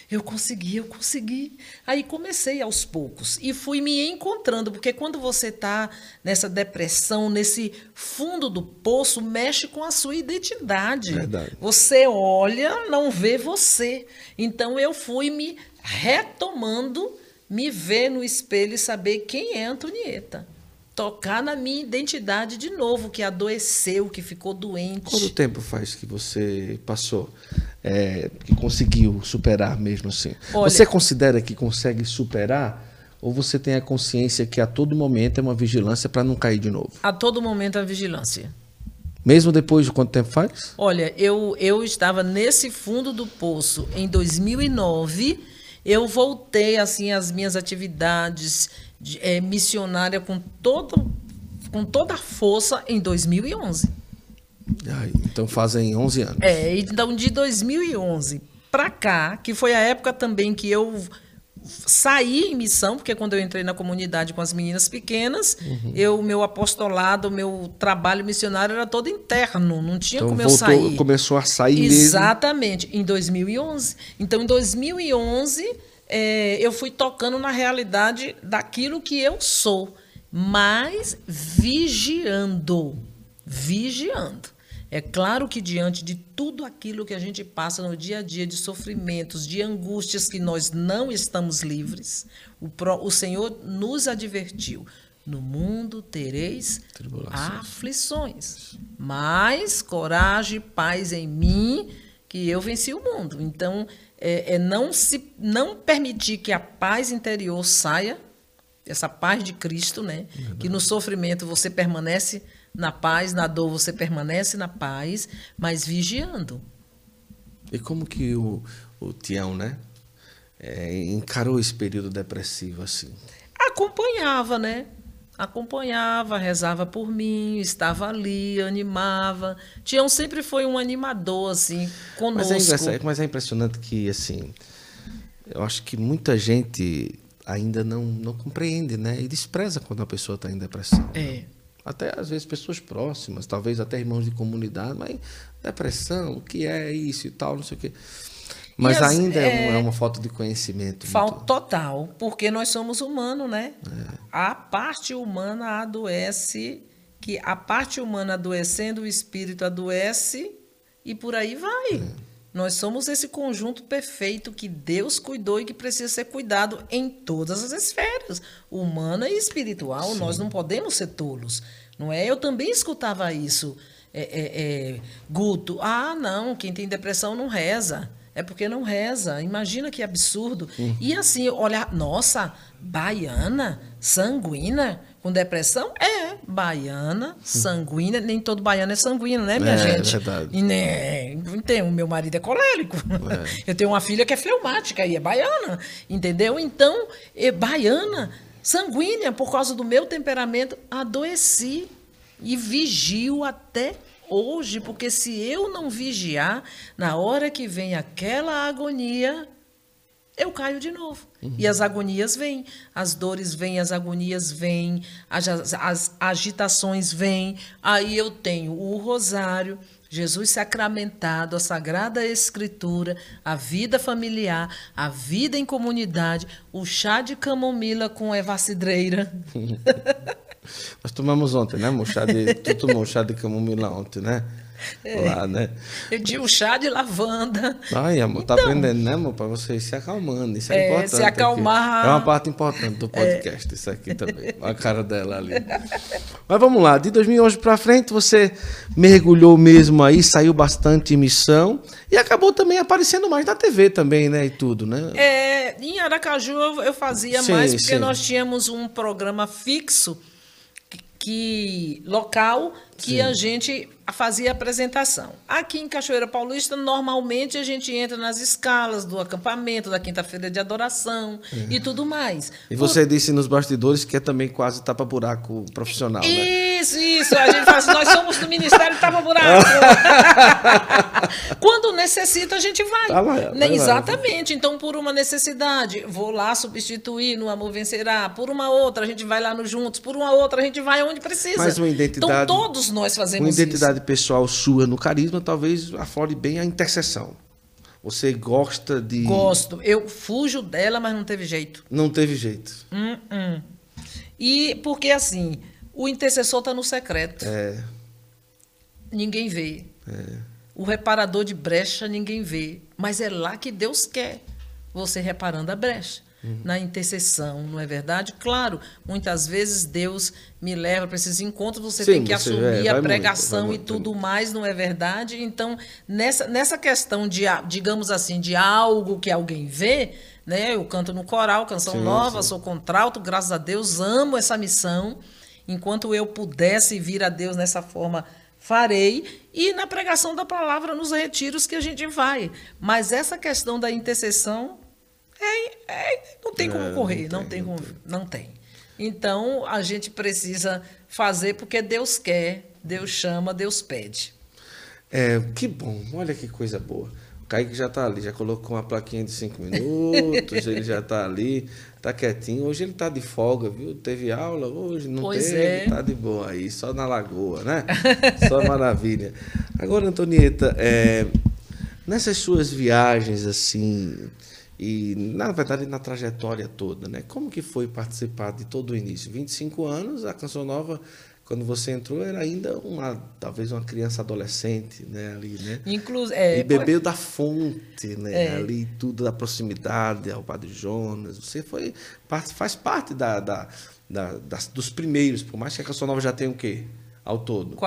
Speaker 2: Aí comecei aos poucos e fui me encontrando, porque quando você está nessa depressão, nesse fundo do poço, mexe com a sua identidade.
Speaker 1: Verdade.
Speaker 2: Você olha, não vê você. Então eu fui me retomando, me ver no espelho e saber quem é Antonieta. Tocar na minha identidade de novo, que adoeceu, que ficou doente.
Speaker 1: Quanto tempo faz que você passou, que conseguiu superar mesmo assim?
Speaker 2: Olha,
Speaker 1: você considera que consegue superar ou você tem a consciência que a todo momento é uma vigilância para não cair de novo?
Speaker 2: A todo momento é a vigilância.
Speaker 1: Mesmo depois de quanto tempo faz?
Speaker 2: Olha, eu estava nesse fundo do poço em 2009, eu voltei assim às minhas atividades missionária com toda a força em 2011.
Speaker 1: Então fazem 11 anos.
Speaker 2: Então de 2011 para cá, que foi a época também que eu saí em missão, porque quando eu entrei na comunidade com as meninas pequenas, meu apostolado, meu trabalho missionário era todo interno, não tinha
Speaker 1: Então
Speaker 2: como eu sair.
Speaker 1: começou a sair
Speaker 2: Exatamente, em 2011. Então, em 2011, eu fui tocando na realidade daquilo que eu sou, mas vigiando. É claro que diante de tudo aquilo que a gente passa no dia a dia, de sofrimentos, de angústias que nós não estamos livres, o Senhor nos advertiu. No mundo tereis aflições, mas coragem e paz em mim, que eu venci o mundo. Então, não permitir que a paz interior saia, essa paz de Cristo, né? Que no sofrimento você permanece na paz, na dor você permanece na paz, mas vigiando.
Speaker 1: E como que o Tião, né, encarou esse período depressivo assim?
Speaker 2: Acompanhava, né? Acompanhava, rezava por mim, estava ali, animava. Tião sempre foi um animador, assim, conosco.
Speaker 1: Mas é impressionante que, assim, eu acho que muita gente ainda não compreende, né? E despreza quando a pessoa está em depressão. Né? Até, às vezes, pessoas próximas, talvez até irmãos de comunidade, mas depressão, o que é isso e tal, não sei o quê. Mas ainda é uma falta de conhecimento.
Speaker 2: Falta total, porque nós somos humanos, né? A parte humana adoece, que a parte humana adoecendo, o espírito adoece e por aí vai. Nós somos esse conjunto perfeito que Deus cuidou e que precisa ser cuidado em todas as esferas, humana e espiritual. Sim. Nós não podemos ser tolos, não é? Eu também escutava isso, Guto. Não, quem tem depressão não reza. É porque não reza. Imagina que absurdo. E assim, olhar, nossa, baiana, sanguínea, com depressão? Baiana, sanguínea. Nem todo baiano é sanguíneo, né, minha gente?
Speaker 1: É verdade.
Speaker 2: E, o meu marido é colérico. Eu tenho uma filha que é fleumática e é baiana, entendeu? Então, baiana, sanguínea, por causa do meu temperamento, adoeci e vigio até hoje, porque se eu não vigiar, na hora que vem aquela agonia, eu caio de novo. E as agonias vêm, as dores vêm, as agonias vêm, as agitações vêm. Aí eu tenho o rosário, Jesus sacramentado, a Sagrada Escritura, a vida familiar, a vida em comunidade, o chá de camomila com erva cidreira.
Speaker 1: Nós tomamos ontem, né, amor? Tu tomou chá de camomila ontem, né? Lá, né?
Speaker 2: Eu tinha um chá de lavanda.
Speaker 1: Ai, amor, então, tá aprendendo, né, amor? Para você ir se acalmando. Isso é importante.
Speaker 2: Se acalmar.
Speaker 1: Aqui. É uma parte importante do podcast, isso aqui também. A cara dela ali. Mas vamos lá, de 2011 para frente, você mergulhou mesmo aí, saiu bastante em missão e acabou também aparecendo mais na TV também, né? E tudo, né?
Speaker 2: Em Aracaju eu fazia mais, porque nós tínhamos um programa fixo local que a gente fazia apresentação. Aqui em Cachoeira Paulista, normalmente a gente entra nas escalas do acampamento, da quinta-feira de adoração e tudo mais.
Speaker 1: E você disse nos bastidores que é também quase tapa-buraco profissional, né?
Speaker 2: Isso. A gente fala assim, nós somos do Ministério Tapa-Buraco. Quando necessita, a gente vai. Exatamente. Então, por uma necessidade, vou lá substituir no Amor Vencerá. Por uma outra, a gente vai lá no Juntos. Por uma outra, a gente vai onde precisa.
Speaker 1: Mas uma identidade...
Speaker 2: Então, todos nós fazemos isso.
Speaker 1: Uma identidade pessoal sua no carisma, talvez aflore bem a intercessão. Você gosta de...
Speaker 2: Gosto. Eu fujo dela, mas não teve jeito.
Speaker 1: Não teve jeito.
Speaker 2: E porque, assim, o intercessor está no secreto. Ninguém vê. O reparador de brecha, ninguém vê. Mas é lá que Deus quer você reparando a brecha. Na intercessão, não é verdade? Claro, muitas vezes Deus me leva para esses encontros, você tem que assumir a pregação e tudo mais, não é verdade? Então, nessa questão de, digamos assim, de algo que alguém vê, né? Eu canto no coral, canção nova, sou contralto, graças a Deus, amo essa missão. Enquanto eu pudesse vir a Deus nessa forma, farei. E na pregação da palavra, nos retiros que a gente vai. Mas essa questão da intercessão... não tem como correr, não tem. Então, a gente precisa fazer porque Deus quer, Deus chama, Deus pede.
Speaker 1: Que bom, olha que coisa boa. Kaique já tá ali, já colocou uma plaquinha de 5 minutos, ele já tá ali, tá quietinho. Hoje ele tá de folga, viu? Teve aula hoje, não
Speaker 2: Pois
Speaker 1: teve,
Speaker 2: é.
Speaker 1: tá de boa aí, só na lagoa, né? Só maravilha. Agora, Antonieta, nessas suas viagens, assim, e na verdade na trajetória toda, né? Como que foi participar de todo o início? 25 anos, a Canção Nova, quando você entrou, era ainda talvez uma criança adolescente, né? Ali, né? E bebeu da fonte, né? Ali, tudo da proximidade ao Padre Jonas. Você faz parte dos primeiros, por mais que a Canção Nova já tenha o quê? Ao todo?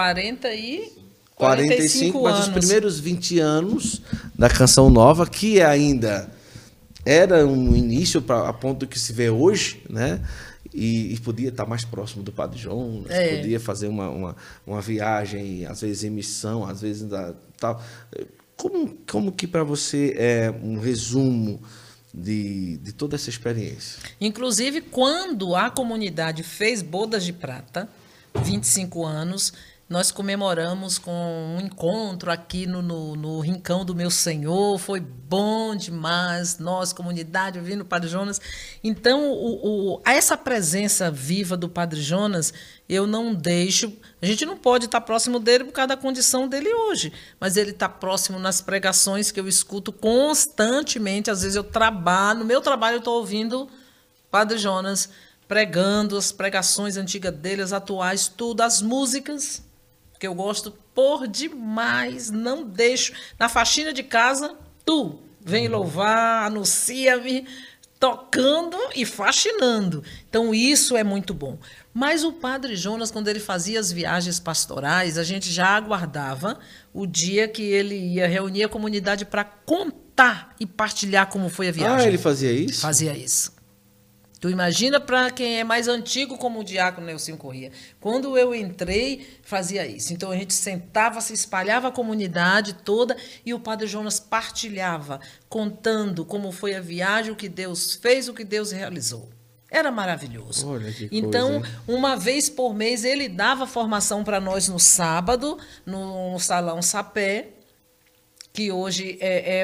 Speaker 2: 45
Speaker 1: mas
Speaker 2: anos.
Speaker 1: os primeiros 20 anos da Canção Nova, que ainda era um início a ponto que se vê hoje, né? E podia estar mais próximo do Padre Jonas, podia fazer uma viagem, às vezes em missão, às vezes tal. Como que para você é um resumo de toda essa experiência?
Speaker 2: Inclusive, quando a comunidade fez Bodas de Prata, 25 anos, nós comemoramos com um encontro aqui no Rincão do Meu Senhor. Foi bom demais, nós, comunidade, ouvindo o Padre Jonas. Então, essa presença viva do Padre Jonas, eu não deixo... A gente não pode estar próximo dele por causa da condição dele hoje, mas ele está próximo nas pregações que eu escuto constantemente. Às vezes eu trabalho, no meu trabalho eu estou ouvindo Padre Jonas pregando as pregações antigas dele, as atuais, tudo, as músicas... que eu gosto por demais, não deixo. Na faxina de casa, vem louvar, anuncia-me, tocando e faxinando. Então, isso é muito bom. Mas o Padre Jonas, quando ele fazia as viagens pastorais, a gente já aguardava o dia que ele ia reunir a comunidade para contar e partilhar como foi a viagem.
Speaker 1: Ah, ele fazia isso?
Speaker 2: Fazia isso. Tu imagina para quem é mais antigo, como o diácono Nelson Corrêa. Quando eu entrei, fazia isso. Então, a gente sentava, se espalhava a comunidade toda e o Padre Jonas partilhava, contando como foi a viagem, o que Deus fez, o que Deus realizou. Era maravilhoso.
Speaker 1: Olha que
Speaker 2: então,
Speaker 1: coisa,
Speaker 2: uma vez por mês, ele dava formação para nós no sábado, no Salão Sapé, que hoje é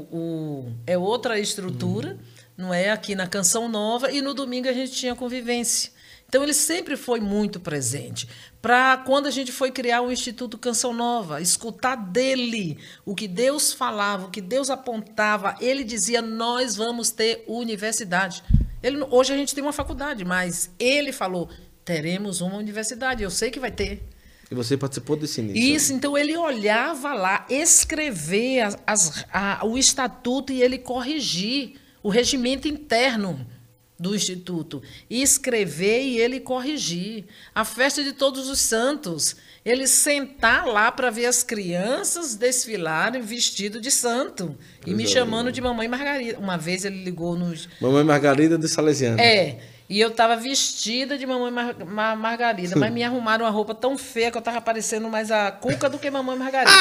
Speaker 2: outra estrutura. Não é? Aqui na Canção Nova, e no domingo a gente tinha convivência. Então, ele sempre foi muito presente. Para quando a gente foi criar o Instituto Canção Nova, escutar dele o que Deus falava, o que Deus apontava, ele dizia, nós vamos ter universidade. Hoje a gente tem uma faculdade, mas ele falou, teremos uma universidade, eu sei que vai ter.
Speaker 1: E você participou desse início?
Speaker 2: Isso, então ele olhava lá, escrever o estatuto e ele corrigir o regimento interno do Instituto, e escrever e ele corrigir. A festa de Todos os Santos, ele sentar lá para ver as crianças desfilarem vestido de santo, e me chamando de Mamãe Margarida. Uma vez ele ligou nos...
Speaker 1: Mamãe Margarida de Salesiano.
Speaker 2: E eu estava vestida de Mamãe Margarida, mas me arrumaram uma roupa tão feia que eu estava parecendo mais a Cuca do que Mamãe Margarida.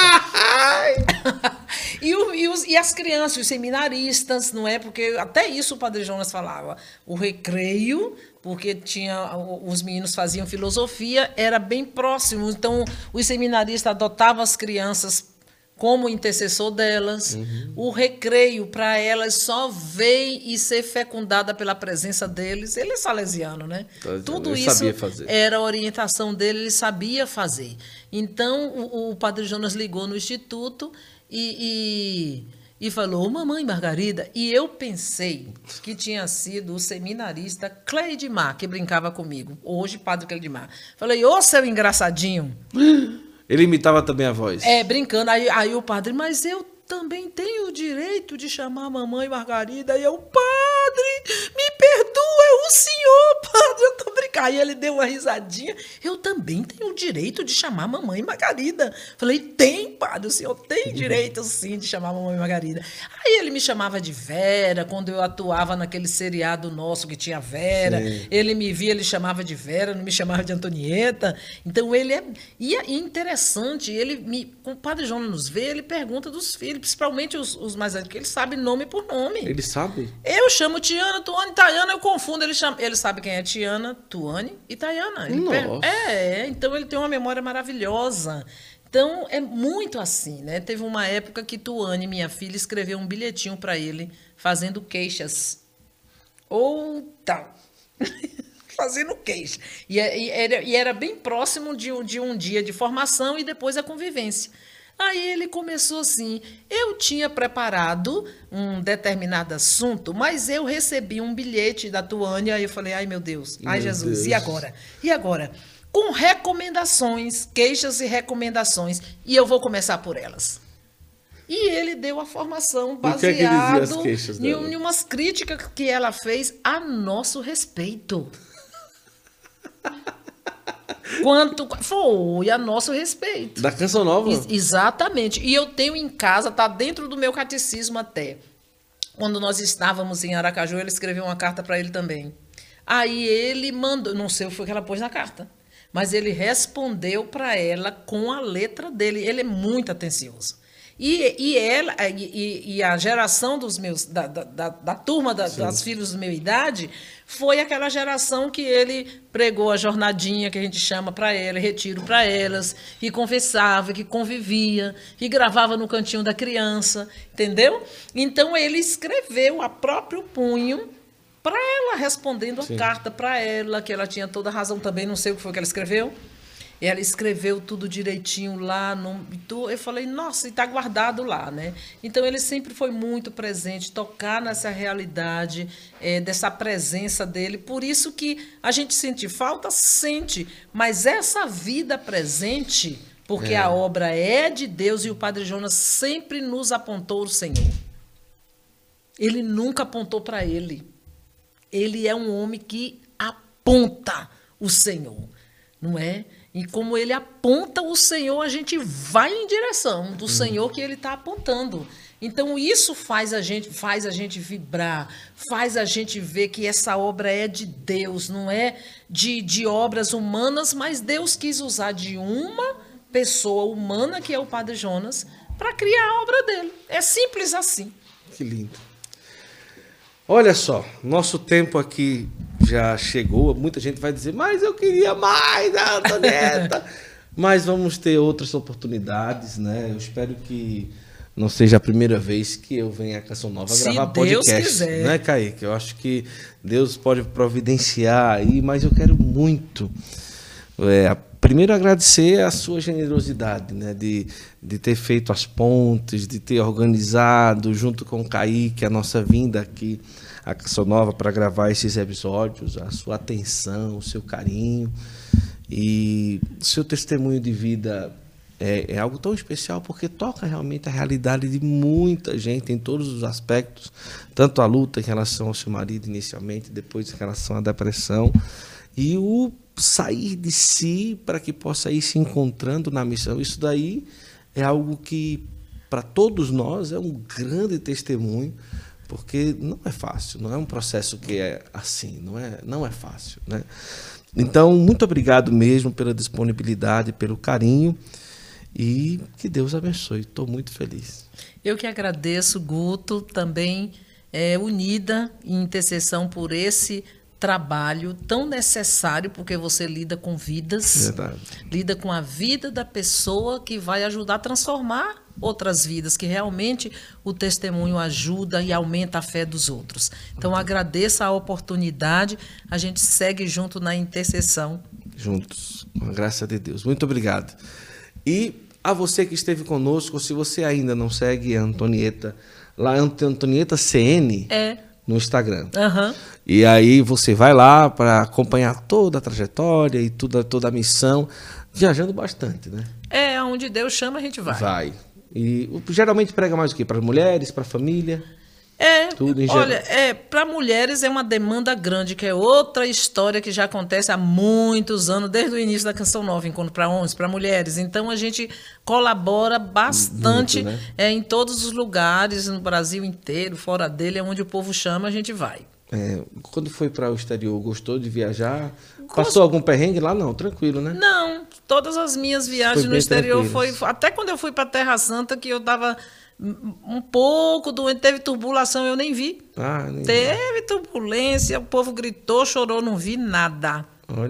Speaker 2: E as crianças, os seminaristas, não é? Porque até isso o Padre Jonas falava. O recreio, porque os meninos faziam filosofia, era bem próximo. Então, os seminaristas adotavam as crianças como intercessor delas. O recreio, para elas, só veio e ser fecundada pela presença deles. Ele é salesiano, né? Tudo
Speaker 1: ele
Speaker 2: isso
Speaker 1: sabia fazer.
Speaker 2: Era a orientação dele, ele sabia fazer. Então, o Padre Jonas ligou no Instituto e falou, Mamãe Margarida. E eu pensei que tinha sido o seminarista Cleidmar, que brincava comigo. Hoje, Padre Cleidmar. Falei, ô, seu engraçadinho.
Speaker 1: Ele imitava também a voz.
Speaker 2: Brincando. Aí o padre, mas eu também tenho o direito de chamar a Mamãe Margarida. E eu, padre, me perdoa, é o senhor, padre, eu tô brincando. Aí ele deu uma risadinha. Eu também tenho o direito de chamar a Mamãe Margarida. Falei, tem, padre, o senhor tem direito, sim, de chamar a Mamãe Margarida. Aí ele me chamava de Vera, quando eu atuava naquele seriado nosso que tinha Vera. Sim. Ele me via, ele chamava de Vera, não me chamava de Antonieta. Então, ele é... E é interessante, com o Padre Jonas nos vê, ele pergunta dos filhos, principalmente os mais antigos, ele sabe nome por nome.
Speaker 1: Ele sabe?
Speaker 2: Eu chamo Tiana, Tuane, Tayana, eu confundo. Ele sabe quem é Tiana, Tuane e Tayana. Então ele tem uma memória maravilhosa. Então, é muito assim, né? Teve uma época que Tuane, minha filha, escreveu um bilhetinho para ele, fazendo queixas. Ou tal. Fazendo queixa. E era bem próximo de um dia de formação e depois a convivência. Aí ele começou assim, eu tinha preparado um determinado assunto, mas eu recebi um bilhete da Tuane, aí eu falei, ai meu Deus, ai Jesus, e agora? E agora? Com recomendações, queixas e recomendações, e eu vou começar por elas. E ele deu a formação baseado em umas críticas que ela fez a nosso respeito. Quanto foi a nosso respeito.
Speaker 1: Da Canção Nova?
Speaker 2: Exatamente. E eu tenho em casa, tá dentro do meu catecismo até. Quando nós estávamos em Aracaju, ele escreveu uma carta para ele também. Aí ele mandou, não sei o que foi que ela pôs na carta, mas ele respondeu para ela com a letra dele. Ele é muito atencioso. E a geração dos meus, da turma das filhos da minha idade foi aquela geração que ele pregou a jornadinha que a gente chama para ela, retiro para elas, que confessava, que convivia, que gravava no cantinho da criança, entendeu? Então ele escreveu a próprio punho para ela, respondendo a carta para ela, que ela tinha toda a razão também, não sei o que foi que ela escreveu. Ela escreveu tudo direitinho lá. Eu falei, nossa, e está guardado lá, né? Então, ele sempre foi muito presente, tocar nessa realidade, dessa presença dele. Por isso que a gente sente falta, sente. Mas essa vida presente, porque a obra é de Deus e o Padre Jonas sempre nos apontou o Senhor. Ele nunca apontou para ele. Ele é um homem que aponta o Senhor, não é? E como ele aponta o Senhor, a gente vai em direção do Senhor que ele está apontando. Então, isso faz a gente vibrar, faz a gente ver que essa obra é de Deus, não é de obras humanas, mas Deus quis usar de uma pessoa humana, que é o Padre Jonas, para criar a obra dele. É simples assim.
Speaker 1: Que lindo. Olha só, nosso tempo aqui já chegou. Muita gente vai dizer, mas eu queria mais, Antonieta. Mas vamos ter outras oportunidades, né? Eu espero que não seja a primeira vez que eu venha a Canção Nova gravar podcast.
Speaker 2: Deus quiser.
Speaker 1: Né, Kaique? Eu acho que Deus pode providenciar aí, mas eu quero muito. Primeiro, agradecer a sua generosidade, né? De ter feito as pontes, de ter organizado, junto com o Kaique, a nossa vinda aqui à Canção Nova para gravar esses episódios, a sua atenção, o seu carinho. E o seu testemunho de vida é algo tão especial, porque toca realmente a realidade de muita gente em todos os aspectos, tanto a luta em relação ao seu marido inicialmente, depois em relação à depressão, e o sair de si para que possa ir se encontrando na missão. Isso daí é algo que, para todos nós, é um grande testemunho, porque não é fácil, não é um processo que é assim, não é fácil, né? Então, muito obrigado mesmo pela disponibilidade, pelo carinho, e que Deus abençoe. Estou muito feliz.
Speaker 2: Eu que agradeço, Guto, também unida em intercessão por esse trabalho tão necessário, porque você lida com vidas,
Speaker 1: Verdade.
Speaker 2: Lida com a vida da pessoa que vai ajudar a transformar outras vidas, que realmente o testemunho ajuda e aumenta a fé dos outros. Então, agradeço a oportunidade, a gente segue junto na intercessão.
Speaker 1: Juntos, com a graça de Deus. Muito obrigado. E a você que esteve conosco, se você ainda não segue a Antonieta, lá Antonieta CN, no Instagram.
Speaker 2: Uhum.
Speaker 1: E aí você vai lá para acompanhar toda a trajetória e toda a missão, viajando bastante, né?
Speaker 2: Onde Deus chama, a gente vai.
Speaker 1: Vai. E geralmente prega mais o quê? Para mulheres, para família? Tudo em geral.
Speaker 2: Olha, para mulheres é uma demanda grande, que é outra história que já acontece há muitos anos, desde o início da Canção Nova, enquanto para homens, para mulheres. Então, a gente colabora bastante
Speaker 1: muito, né?
Speaker 2: Em todos os lugares, no Brasil inteiro, fora dele, onde o povo chama, a gente vai.
Speaker 1: Quando foi para o exterior, gostou de viajar? Passou algum perrengue lá? Não, tranquilo, né?
Speaker 2: Não, todas as minhas viagens no exterior foi... Até quando eu fui para Terra Santa, que eu estava um pouco doente, teve turbulação, eu nem vi.
Speaker 1: Nem
Speaker 2: teve turbulência, o povo gritou, chorou, não vi nada.
Speaker 1: Olha.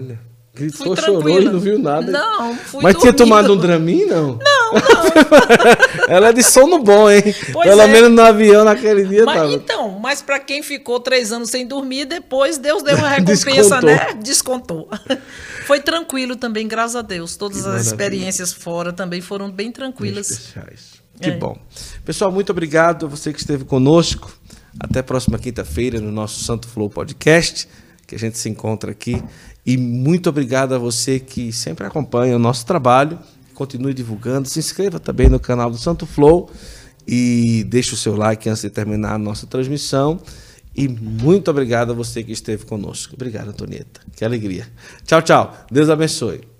Speaker 1: Gritou, chorou e não viu nada.
Speaker 2: Não, fui
Speaker 1: Mas
Speaker 2: dormindo.
Speaker 1: tinha tomado um Dramin, não?
Speaker 2: Não.
Speaker 1: Ela é de sono bom, hein?
Speaker 2: Pois
Speaker 1: Pelo
Speaker 2: é.
Speaker 1: menos no avião naquele dia
Speaker 2: Mas,
Speaker 1: tava.
Speaker 2: mas para quem ficou 3 anos sem dormir, depois Deus deu uma recompensa,
Speaker 1: Descontou.
Speaker 2: né? Descontou. Foi tranquilo também, graças a Deus. Todas as experiências fora também foram bem tranquilas.
Speaker 1: Especiais. Que bom. Pessoal, muito obrigado a você que esteve conosco. Até a próxima quinta-feira no nosso Santo Flow Podcast, que a gente se encontra aqui. E muito obrigado a você que sempre acompanha o nosso trabalho. Continue divulgando. Se inscreva também no canal do Santo Flow e deixe o seu like antes de terminar a nossa transmissão. E muito obrigado a você que esteve conosco. Obrigado, Antonieta. Que alegria. Tchau, tchau. Deus abençoe.